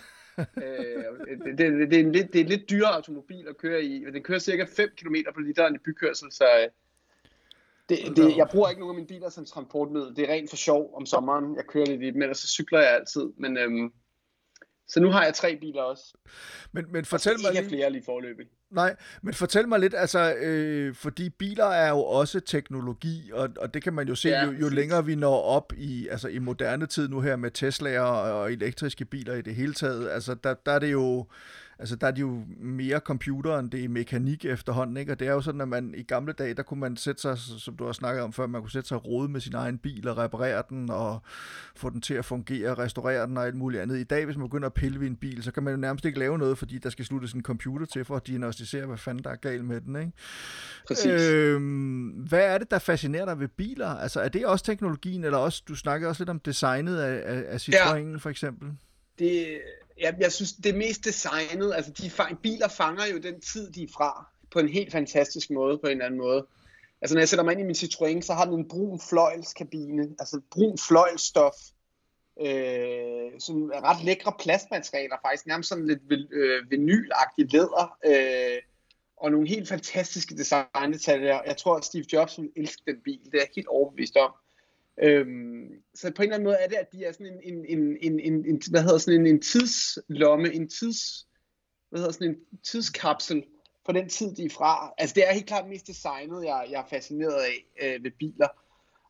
øh, det, det, det, er en lidt, det er en lidt dyrere automobil at køre i. Den kører cirka fem kilometer på literen i bykørsel, så øh, det, det, jeg bruger ikke nogen af mine biler som transportmiddel. Det er rent for sjov om sommeren. Jeg kører lidt i dem, ellers så cykler jeg altid. Men, øhm, så nu har jeg tre biler også. Men, men fortæl mig ikke lige... flere lige forløbig. Nej, men fortæl mig lidt, altså, øh, fordi biler er jo også teknologi, og, og det kan man jo se, ja, jo, jo længere vi når op i, altså i moderne tid nu her med Teslaer og, og elektriske biler i det hele taget, altså der, der er det jo... Altså, der er de jo mere computer, end det er mekanik efterhånden, ikke? Og det er jo sådan, at man i gamle dage, der kunne man sætte sig, som du har snakket om før, man kunne sætte sig og rode med sin egen bil og reparere den og få den til at fungere, restaurere den og alt muligt andet. I dag, hvis man begynder at pille ved en bil, så kan man jo nærmest ikke lave noget, fordi der skal sluttes en computer til for at diagnostisere, hvad fanden der er galt med den, ikke? Præcis. Øhm, hvad er det, der fascinerer dig ved biler? Altså, er det også teknologien, eller også, du snakkede også lidt om designet af, af, af Citroën, ja. For eksempel? Det... Jeg, jeg synes, det er mest designet, altså de fang, biler fanger jo den tid, de er fra, på en helt fantastisk måde, på en eller anden måde. Altså når jeg sætter mig ind i min Citroën, så har den en brun fløjelskabine, altså brun fløjlstof, øh, sådan ret lækre plastmaterialer faktisk, nærmest sådan lidt øh, vinylagtigt læder, øh, og nogle helt fantastiske designdetaljer. Jeg tror, at Steve Jobs ville elske den bil, det er jeg helt overbevist om. Øhm, så på en eller anden måde er det, at de er sådan en, en, en, en, en, en hvad hedder sådan en, en tidslomme, en tids, hvad hedder sådan en tidskapsel for den tid, de er fra. Altså det er helt klart mest designet, jeg, jeg er fascineret af øh, ved biler.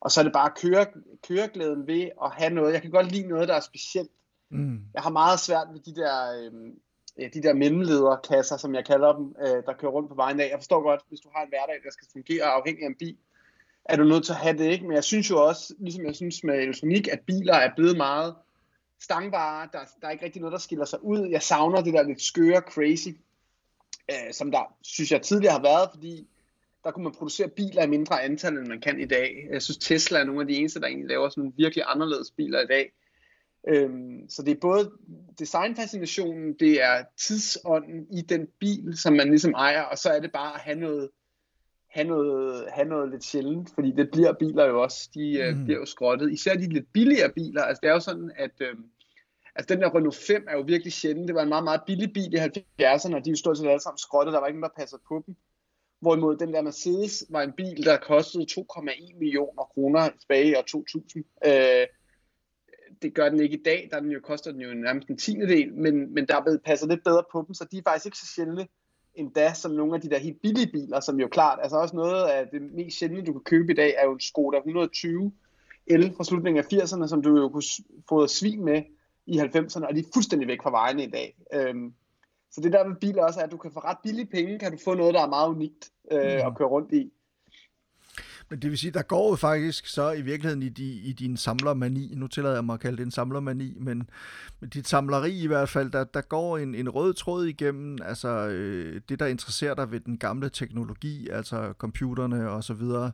Og så er det bare køre, køreglæden ved at have noget. Jeg kan godt lide noget, der er specielt. Mm. Jeg har meget svært ved de der, øh, de der mellemlederkasser, som jeg kalder dem, øh, der kører rundt på vejen af. Jeg forstår godt, hvis du har en hverdag, der skal fungere afhængig af en bil, er du nødt til at have det, ikke? Men jeg synes jo også, ligesom jeg synes med elektronik, at biler er blevet meget stangbare. Der, der er ikke rigtig noget, der skiller sig ud. Jeg savner det der lidt skøre, crazy, øh, som der, synes jeg, tidligere har været, fordi der kunne man producere biler i mindre antal, end man kan i dag. Jeg synes, Tesla er nogle af de eneste, der egentlig laver sådan virkelig anderledes biler i dag. Øhm, så det er både designfascinationen, det er tidsånden i den bil, som man ligesom ejer, og så er det bare at have noget, have noget, have noget lidt sjældent, fordi det bliver biler jo også, de mm. uh, bliver jo skrottet. Især de lidt billigere biler, altså det er jo sådan, at øh, altså den der Renault fem er jo virkelig sjældent. Det var en meget, meget billig bil i halvfjerdserne, og de er jo stort set alle sammen skrottet, der var ikke nogen, der passede på dem. Hvorimod den der Mercedes var en bil, der kostede to komma en millioner kroner tilbage i år to tusind. Øh, det gør den ikke i dag, der den jo, koster den jo nærmest en tiendedel, men, men der er blevet passet lidt bedre på dem, så de er faktisk ikke så sjældne endda som nogle af de der helt billige biler, som jo klart, altså også noget af det mest sjældne, du kan købe i dag, er jo en Skoda et hundrede og tyve L fra slutningen af firserne, som du jo kunne få svin med i halvfemserne, og de er fuldstændig væk fra vejene i dag. Øhm, så det der med biler også er, at du kan få ret billige penge, kan du få noget, der er meget unikt øh, mm. at køre rundt i. Men det vil sige, der går jo faktisk så i virkeligheden i, de, i din samlermani, nu tillader jeg mig at kalde det en samlermani, men med dit samleri i hvert fald, der, der går en, en rød tråd igennem, altså øh, det, der interesserer dig ved den gamle teknologi, altså computerne og så videre,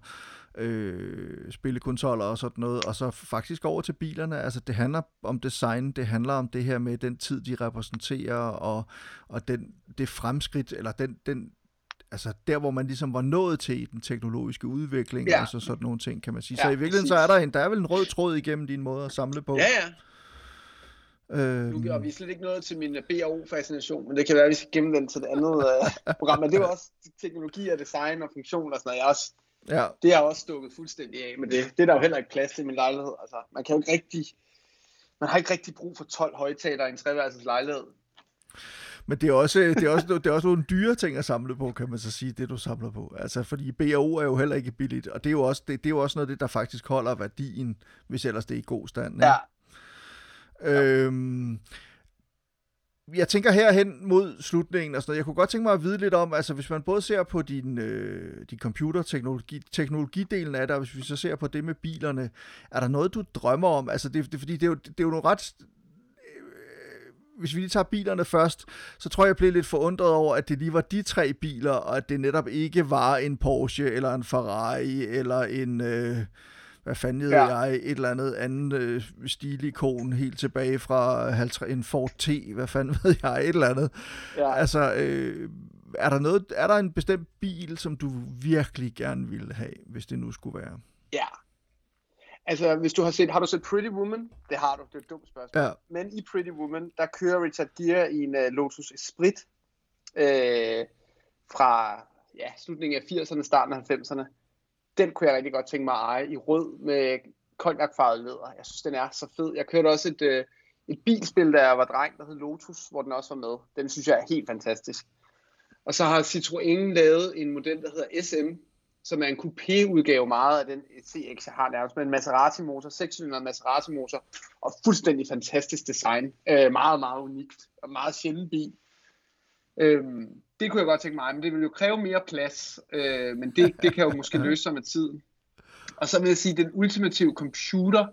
øh, spillekonsoller og sådan noget, og så faktisk over til bilerne, altså det handler om design, det handler om det her med den tid, de repræsenterer, og, og den, det fremskridt, eller den, den altså der, hvor man ligesom var nået til i den teknologiske udvikling, ja. Og så sådan nogle ting, kan man sige. Ja, så i virkeligheden, så er der, en, der er vel en rød tråd igennem din måde at samle på. Ja, ja. Øhm. Nu gør vi slet ikke noget til min B og O-fascination, men det kan være, at vi skal gemme den til det andet uh, program. Men det er jo også teknologi og design og funktion og sådan noget. Jeg også, ja. Det har også stukket fuldstændig af med det. Det er der jo heller ikke plads til i min lejlighed. Altså, man kan jo ikke rigtig, man har ikke rigtig brug for tolv højtalere i en treværelses lejlighed. Men det er, også, det, er også, det er også nogle dyre ting at samle på, kan man så sige, det du samler på. Altså, fordi B og O er jo heller ikke billigt, og det er jo også, det, det er jo også noget af det, der faktisk holder værdien, hvis ellers det er i god stand. Ja. Øhm, jeg tænker herhen mod slutningen, og sådan noget. Jeg kunne godt tænke mig at vide lidt om, altså hvis man både ser på din, øh, din computerteknologi, teknologidelen af det, og hvis vi så ser på det med bilerne, er der noget, du drømmer om? Altså, det, det, fordi det er jo, det er jo nogle ret... Hvis vi lige tager bilerne først, så tror jeg, jeg blev lidt forundret over, at det lige var de tre biler, og at det netop ikke var en Porsche, eller en Ferrari, eller en, øh, hvad fanden hedder ja. jeg, et eller andet andet øh, stilikon helt tilbage fra halvtreds, en Ford T, hvad fanden ved jeg, et eller andet. Ja. Altså, øh, er der noget, er der en bestemt bil, som du virkelig gerne ville have, hvis det nu skulle være? Ja. Altså, hvis du har set, har du set Pretty Woman? Det har du, det er et dumt spørgsmål. Ja. Men i Pretty Woman, der kører Richard Gere i en uh, Lotus Esprit øh, fra ja, slutningen af firserne, starten af halvfemserne. Den kunne jeg rigtig godt tænke mig at eje i rød med konjakfarvet læder. Jeg synes, den er så fed. Jeg kørte også et, øh, et bilspil, da jeg var dreng, der hed Lotus, hvor den også var med. Den synes jeg er helt fantastisk. Og så har Citroën lavet en model, der hedder S M, som er en coupé-udgave meget af den C X, jeg har nærmest, med en Maserati-motor, sekscylindret Maserati-motor, og fuldstændig fantastisk design. Øh, meget, meget unikt, og meget sjælden bil. Øh, det kunne jeg godt tænke mig, men det vil jo kræve mere plads, øh, men det, det kan jo måske løse sig med tiden. Og så vil jeg sige, den ultimative computer,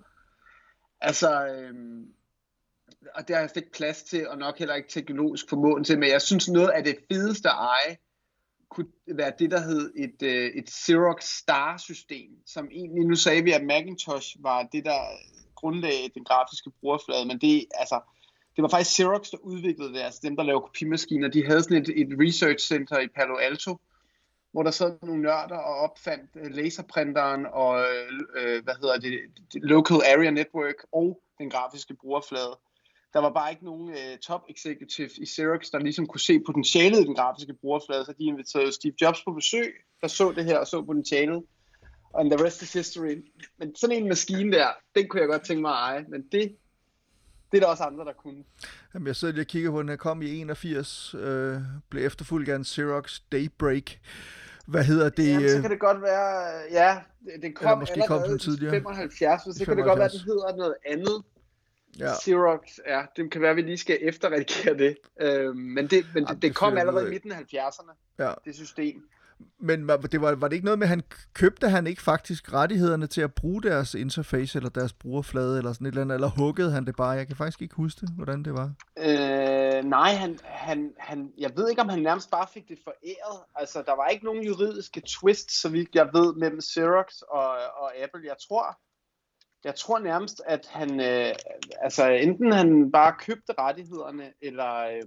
altså, øh, og det har jeg ikke plads til, og nok heller ikke teknologisk formåen til, men jeg synes noget af det fedeste at eje, kunne være det, der hed et, øh, et Xerox Star-system, som egentlig, nu sagde vi, at Macintosh var det, der grundlagde den grafiske brugerflade, men det, altså, det var faktisk Xerox, der udviklede det, altså dem, der lavede kopimaskiner. De havde sådan et, et research center i Palo Alto, hvor der sad nogle nørder og opfandt øh, laserprinteren og, øh, hvad hedder det, Local Area Network og den grafiske brugerflade. Der var bare ikke nogen uh, top executive i Xerox, der ligesom kunne se potentialet i den grafiske brugerflade, så de inviterede Steve Jobs på besøg, der så det her og så potentialet. And the rest is history. Men sådan en maskine der, den kunne jeg godt tænke mig at eje, men det, det er der også andre, der kunne. Jamen, jeg sidder lige og kigger på den her, kom i enogfirs, øh, blev efterfulgt af en Xerox Daybreak, Hvad hedder det? Jamen, så kan det godt være, ja, den kom måske allerede kom i femoghalvfjerds, så kan det godt være, det hedder noget andet. Ja. Xerox, ja, det kan være, at vi lige skal efterredigere det. Øh, men det, men ja, det, det kom allerede i midten af halvfjerdserne, ja. Det system. Men det var, var det ikke noget med, at han købte han ikke faktisk rettighederne til at bruge deres interface, eller deres brugerflade, eller sådan et eller andet, eller huggede han det bare? Jeg kan faktisk ikke huske det, hvordan det var. Øh, nej, han, han, han, jeg ved ikke, om han nærmest bare fik det foræret. Altså, der var ikke nogen juridiske twist, så vidt jeg ved, mellem Xerox og, og Apple. Jeg tror, jeg tror nærmest, at han, øh, altså enten han bare købte rettighederne, eller, øh,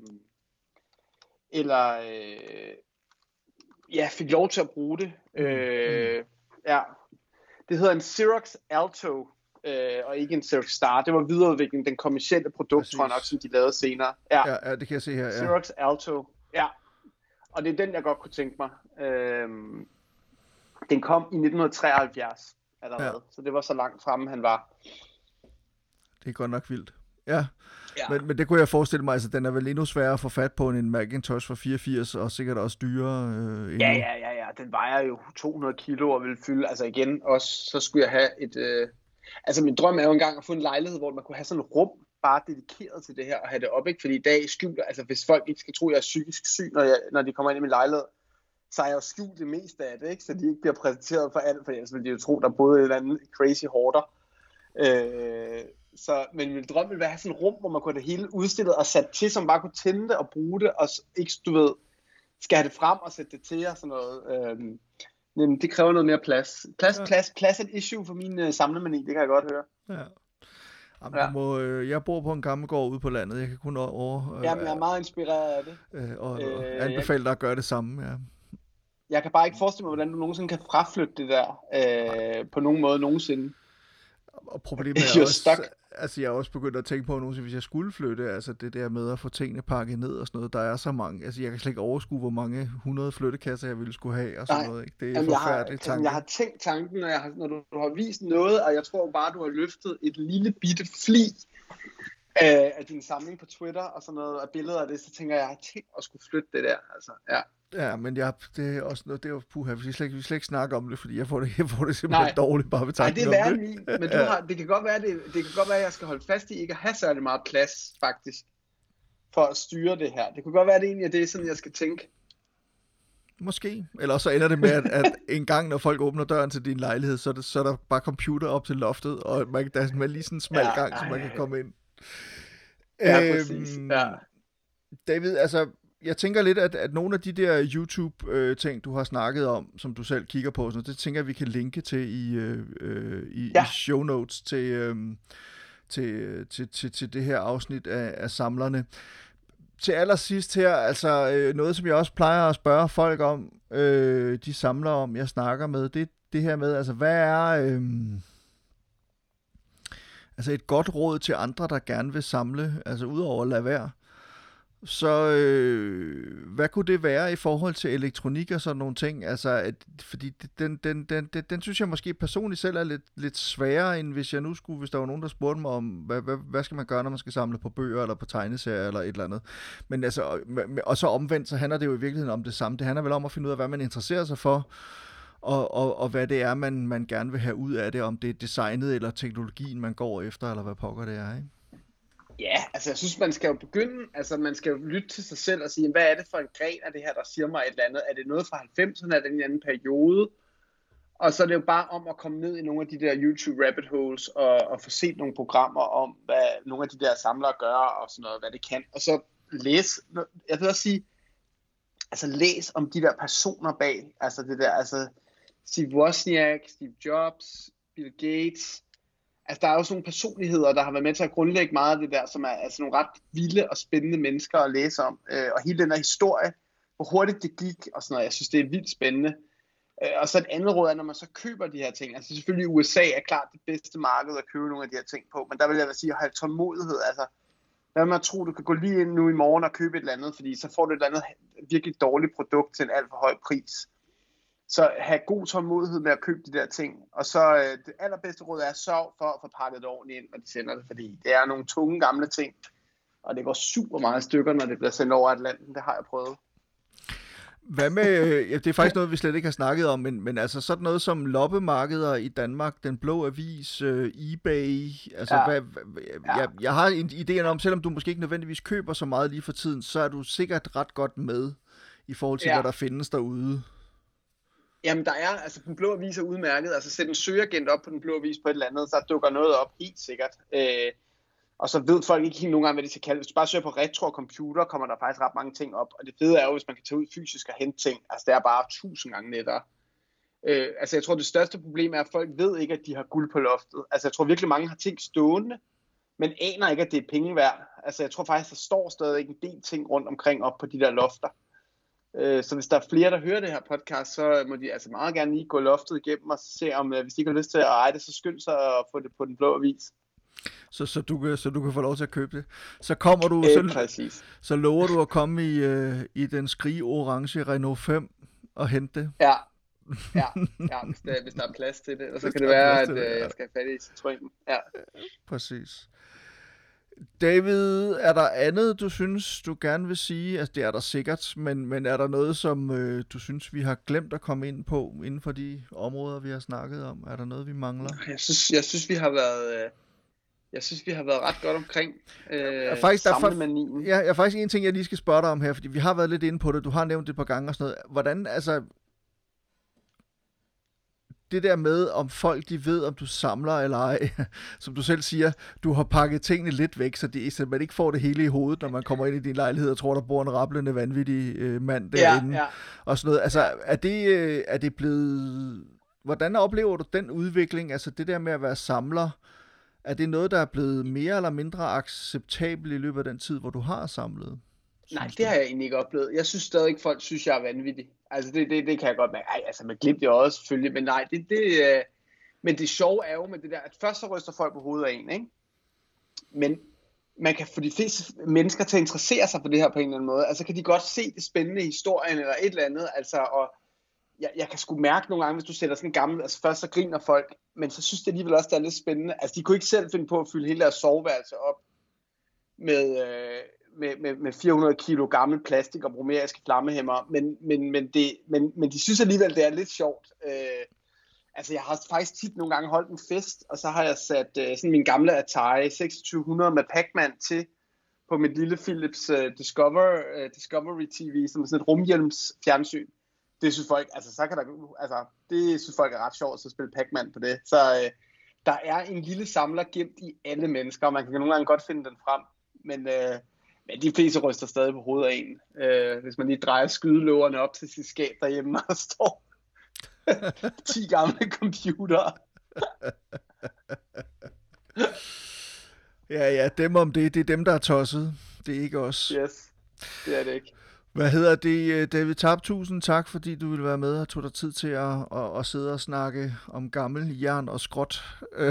eller øh, ja, fik lov til at bruge det. Mm. Øh, ja. Det hedder en Xerox Alto, øh, og ikke en Xerox Star. Det var videreudviklingen, den kommercielle produkt, præcis, tror jeg nok, som de lavede senere. Ja, ja, ja det kan jeg se her. Ja. Xerox Alto, ja. Og det er den, jeg godt kunne tænke mig. Øh, den kom i nitten treoghalvfjerds allerede, ja. Så det var så langt fremme, han var. Det er godt nok vildt. Ja, ja. Men, men det kunne jeg forestille mig, altså den er vel endnu sværere at få fat på end en Macintosh fra fireogfirs, og sikkert også dyrere. Øh, ja, ja, ja, ja, den vejer jo to hundrede kilo og vil fylde, altså igen, også så skulle jeg have et, øh... altså min drøm er jo engang at få en lejlighed, hvor man kunne have sådan et rum, bare dedikeret til det her, og have det op, ikke? Fordi i dag skjuler, altså hvis folk ikke skal tro, at jeg er psykisk syg, når, jeg, når de kommer ind i min lejlighed, så har jeg jo skjult det meste af det, ikke? Så de ikke bliver præsenteret for alt, for ellers vil de jo tro, der er både et eller andet crazy hoarder. Øh... Så, men min drøm ville være at have sådan et rum, hvor man kunne have det hele udstillet og sat til, som bare kunne tænde det og bruge det, og ikke, du ved, skal have det frem og sætte det til og sådan noget. Øhm, men det kræver noget mere plads. Plads, ja. plads, plads er et issue for min øh, samlemani, det kan jeg godt høre. Ja. Jamen, ja. Må, øh, jeg bor på en gammel gård ude på landet, jeg kan kun over... Øh, Jamen, jeg er meget inspireret af det. Øh, og, og øh, anbefale dig at gøre det samme, ja. Jeg kan bare ikke forestille mig, hvordan du nogensinde kan fraflytte det der, øh, på nogen måde nogensinde. Og problemet er også, altså jeg er også begyndt at tænke på nogensinde, hvis jeg skulle flytte, altså det der med at få tingene pakket ned og sådan noget, der er så mange, altså jeg kan slet ikke overskue, hvor mange hundrede flyttekasser jeg ville skulle have og sådan Nej. noget, ikke? Det er Jamen, forfærdeligt tanke. Jeg har tænkt tanken, når, jeg har, når du, du har vist noget, og jeg tror bare, du har løftet et lille bitte fli af, af din samling på Twitter og sådan noget, af billeder af det, så tænker jeg, jeg har tænkt at skulle flytte det der, altså, ja. Ja, men jeg, det er også noget, det er jo puha, vi slet, vi slet ikke snakke om det, fordi jeg får det, jeg får det simpelthen Nej. dårligt bare ved tanken om det. Nej, det er værre min, men du har, det kan godt være, det, det kan godt være, at jeg skal holde fast i ikke at have særlig meget plads, faktisk, for at styre det her. Det kunne godt være, at det egentlig er det, sådan jeg skal tænke. Måske. Eller så ender det med, at, at en gang, når folk åbner døren til din lejlighed, så er, det, så er der bare computer op til loftet, og man, der er lige sådan en smal ja, gang, så man kan komme ind. Ja, øhm, præcis. Ja. David, altså... Jeg tænker lidt, at, at nogle af de der YouTube-ting, øh, du har snakket om, som du selv kigger på, sådan, det tænker jeg, vi kan linke til i, øh, i, ja. i show notes til, øh, til, til, til, til det her afsnit af, af Samlerne. Til allersidst her, altså øh, noget, som jeg også plejer at spørge folk om, øh, de samlere om, jeg snakker med, det det her med, altså hvad er... Øh, altså et godt råd til andre, der gerne vil samle, altså udover at lade være. Så øh, hvad kunne det være i forhold til elektronik og sådan nogle ting? Altså, at, fordi den, den, den, den, den synes jeg måske personligt selv er lidt, lidt sværere, end hvis jeg nu skulle, hvis der var nogen, der spurgte mig om, hvad, hvad, hvad skal man gøre, når man skal samle på bøger eller på tegneserier eller et eller andet. Men altså, og, og så omvendt, så handler det jo i virkeligheden om det samme. Det handler vel om at finde ud af, hvad man interesserer sig for, og, og, og hvad det er, man, man gerne vil have ud af det, om det er designet eller teknologien, man går efter, eller hvad pokker det er, ikke? Ja, altså jeg synes, man skal jo begynde, altså man skal jo lytte til sig selv og sige, hvad er det for en gren af det her, der siger mig et eller andet? Er det noget fra halvfemserne, er det en anden periode? Og så er det jo bare om at komme ned i nogle af de der YouTube rabbit holes og, og få set nogle programmer om, hvad nogle af de der samlere gør og sådan noget, hvad det kan. Og så læs, jeg vil også sige, altså læs om de der personer bag, altså det der, altså Steve Wozniak, Steve Jobs, Bill Gates. Altså, der er jo sådan nogle personligheder, der har været med til at grundlægge meget af det der, som er altså nogle ret vilde og spændende mennesker at læse om. Øh, og hele den der historie, hvor hurtigt det gik og sådan noget, jeg synes, det er vildt spændende. Øh, og så et andet råd er, når man så køber de her ting. Altså selvfølgelig U S A er klart det bedste marked at købe nogle af de her ting på, men der vil jeg da sige at have tålmodighed. Altså, hvad man tror, du kan gå lige ind nu i morgen og købe et eller andet, fordi så får du et eller andet virkelig dårligt produkt til en alt for høj pris. Så have god tålmodighed med at købe de der ting. Og så øh, det allerbedste råd er at sørge for at få pakket det ordentligt ind, når de sender det. Fordi det er nogle tunge gamle ting. Og det går super meget stykker, når det bliver sendt over Atlanten. Det har jeg prøvet. Hvad med, ja, det er faktisk noget, vi slet ikke har snakket om, men, men altså sådan noget som loppemarkeder i Danmark, Den Blå Avis, øh, eBay, altså Ja. hvad, hvad, jeg, jeg har en idé om, selvom du måske ikke nødvendigvis køber så meget lige for tiden, så er du sikkert ret godt med i forhold til, Ja. hvad der findes derude. Jamen der er, altså Den Blå Avis er udmærket, altså sæt en søgeagent op på Den Blå Avis på et eller andet, så dukker noget op, helt sikkert. Øh, og så ved folk ikke helt nogen gange, hvad det skal kalde. Hvis du bare søger på retro og computer, kommer der faktisk ret mange ting op. Og det fede er jo, hvis man kan tage ud fysisk og hente ting, altså det er bare tusind gange nettere. Øh, altså jeg tror, det største problem er, at folk ved ikke, at de har guld på loftet. Altså jeg tror virkelig, mange har ting stående, men aner ikke, at det er penge værd. Altså jeg tror faktisk, der står stadig en del ting rundt omkring op på de der lofter. Så hvis der er flere, der hører det her podcast, så må de altså meget gerne lige gå loftet igennem og se, om hvis de ikke har lyst til at eje det, så skynd sig at få det på Den Blå Avis. Så, så, du, kan, så du kan få lov til at købe det. Så kommer du, Øh, så, præcis. så lover du at komme i, øh, i den skrige-orange Renault fem og hente det. Ja, ja, ja hvis, der, hvis der er plads til det. Og så Hvis kan det der er være, plads at til det, øh, ja. jeg skal have fat i Citroën. Ja. Præcis. David, er der andet, du synes, du gerne vil sige? Altså, det er der sikkert, men, men er der noget, som øh, du synes, vi har glemt at komme ind på inden for de områder, vi har snakket om? Er der noget, vi mangler? Jeg synes, jeg synes, vi har været... Øh, jeg synes, vi har været ret godt omkring øh, faktisk, der er samlemanien. Ja, jeg er faktisk en ting, jeg lige skal spørge dig om her, fordi vi har været lidt inde på det. Du har nævnt det et par gange og sådan noget. Hvordan, altså... Det der med, om folk de ved, om du samler eller ej, som du selv siger, du har pakket tingene lidt væk, så, det, så man ikke får det hele i hovedet, når man kommer ind i din lejlighed og tror, der bor en rablende vanvittig øh, mand derinde. Ja, ja. Og sådan noget. Altså, er det, øh, er det blevet... Hvordan oplever du den udvikling? Altså det der med at være samler, er det noget, der er blevet mere eller mindre acceptabelt i løbet af den tid, hvor du har samlet? Nej, det har jeg egentlig ikke oplevet. Jeg synes stadig ikke, folk synes, jeg er vanvittig. Altså, det, det, det kan jeg godt mærke. Ej, altså, med glimt i øjet selvfølgelig, men nej, det, det, øh... men det sjove er jo med det der, at først så ryster folk på hovedet af en, ikke? Men man kan få de fleste mennesker til at interessere sig for det her på en eller anden måde. Altså, kan de godt se det spændende i historien eller et eller andet, altså, og jeg, jeg kan sgu mærke nogle gange, hvis du sætter sådan en gammel, altså først så griner folk, men så synes det alligevel også, det er lidt spændende. Altså, de kunne ikke selv finde på at fylde hele deres soveværelse op med... Øh... Med, med, med fire hundrede kilo gammel plastik og bromeriske flammehæmmer, men, men, men, det, men, men de synes alligevel, det er lidt sjovt. Øh, altså, jeg har faktisk tit nogle gange holdt en fest, og så har jeg sat øh, sådan min gamle Atari seksogtyve hundrede med Pac-Man til på mit lille Philips øh, Discover, øh, Discovery T V, som sådan et rumhjelms fjernsyn. Det synes folk, altså, så kan der, altså, det synes folk er ret sjovt at spille Pac-Man på det. Så øh, der er en lille samler gemt i alle mennesker, og man kan nogle gange godt finde den frem, men... Øh, Men de fleste ryster stadig på hovedet af en, øh, hvis man lige drejer skydelågerne op til sit skab derhjemme, og der står ti gamle computere. Ja, ja, dem om det, det er dem, der er tosset. Det er ikke os. Yes, det er det ikke. Hvad hedder det, David Tarp? Tusind tak, fordi du ville være med og tog dig tid til at, at, at sidde og snakke om gammel jern og skrot.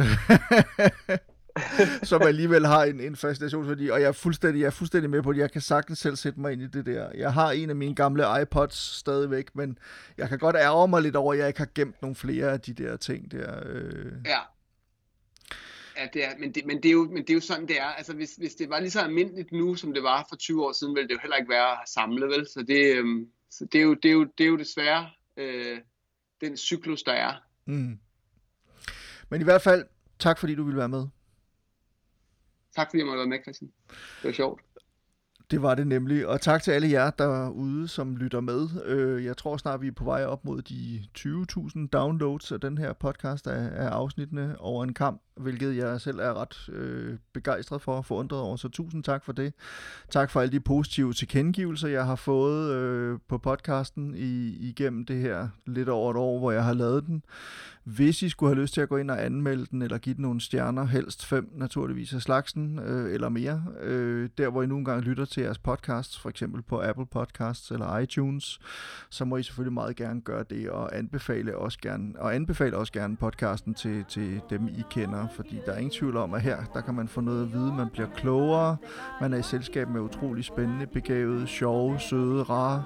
Som alligevel har en, en fascinationsværdi, og jeg er, fuldstændig, jeg er fuldstændig med på det. Jeg kan sagtens selv sætte mig ind i det der. Jeg har en af mine gamle iPods stadigvæk, men jeg kan godt ærge mig lidt over, at jeg ikke har gemt nogle flere af de der ting der. Øh. Ja. Ja, det er, men, det, men, det er jo, men det er jo sådan, det er. Altså, hvis, hvis det var lige så almindeligt nu, som det var for tyve år siden, ville det jo heller ikke være at samle, vel? Så det, øhm, så det, er, jo, det, er, jo, det er jo desværre øh, den cyklus, der er. Mm. Men i hvert fald, tak fordi du ville være med. Tak fordi jeg måtte være med, Christian. Det var sjovt. Det var det nemlig, og tak til alle jer derude, som lytter med. Jeg tror snart, vi er på vej op mod de tyve tusind downloads af den her podcast af, af afsnittene over en kamp, hvilket jeg selv er ret øh, begejstret for og forundret over, så tusind tak for det. Tak for alle de positive tilkendegivelser, jeg har fået øh, på podcasten i, igennem det her lidt over et år, hvor jeg har lavet den. Hvis I skulle have lyst til at gå ind og anmelde den, eller give den nogle stjerner, helst fem naturligvis af slagsen, øh, eller mere, øh, der hvor I nogle gange lytter til jeres podcasts, for eksempel på Apple Podcasts eller iTunes, så må I selvfølgelig meget gerne gøre det, og anbefale også gerne, og anbefale også gerne podcasten til, til dem, I kender, fordi der er ingen tvivl om, at her, der kan man få noget at vide, man bliver klogere, man er i selskab med utrolig spændende, begavede, sjove, søde, rare,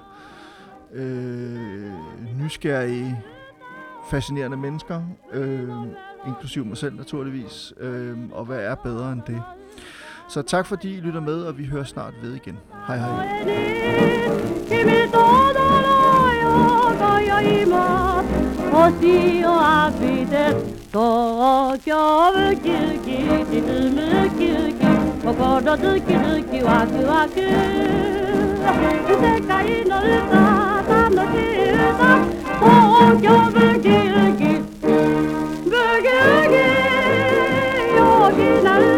øh, nysgerrige, fascinerende mennesker, øh, inklusiv mig selv naturligvis, øh, og hvad er bedre end det? Så tak fordi I lytter med, og vi hører snart ved igen. Hej hej. よいも星を浴びて東京ウキウキ沈むウキウキ心ズキズキワクワク世界の歌楽しい歌東京ウキウキブギウギ陽気な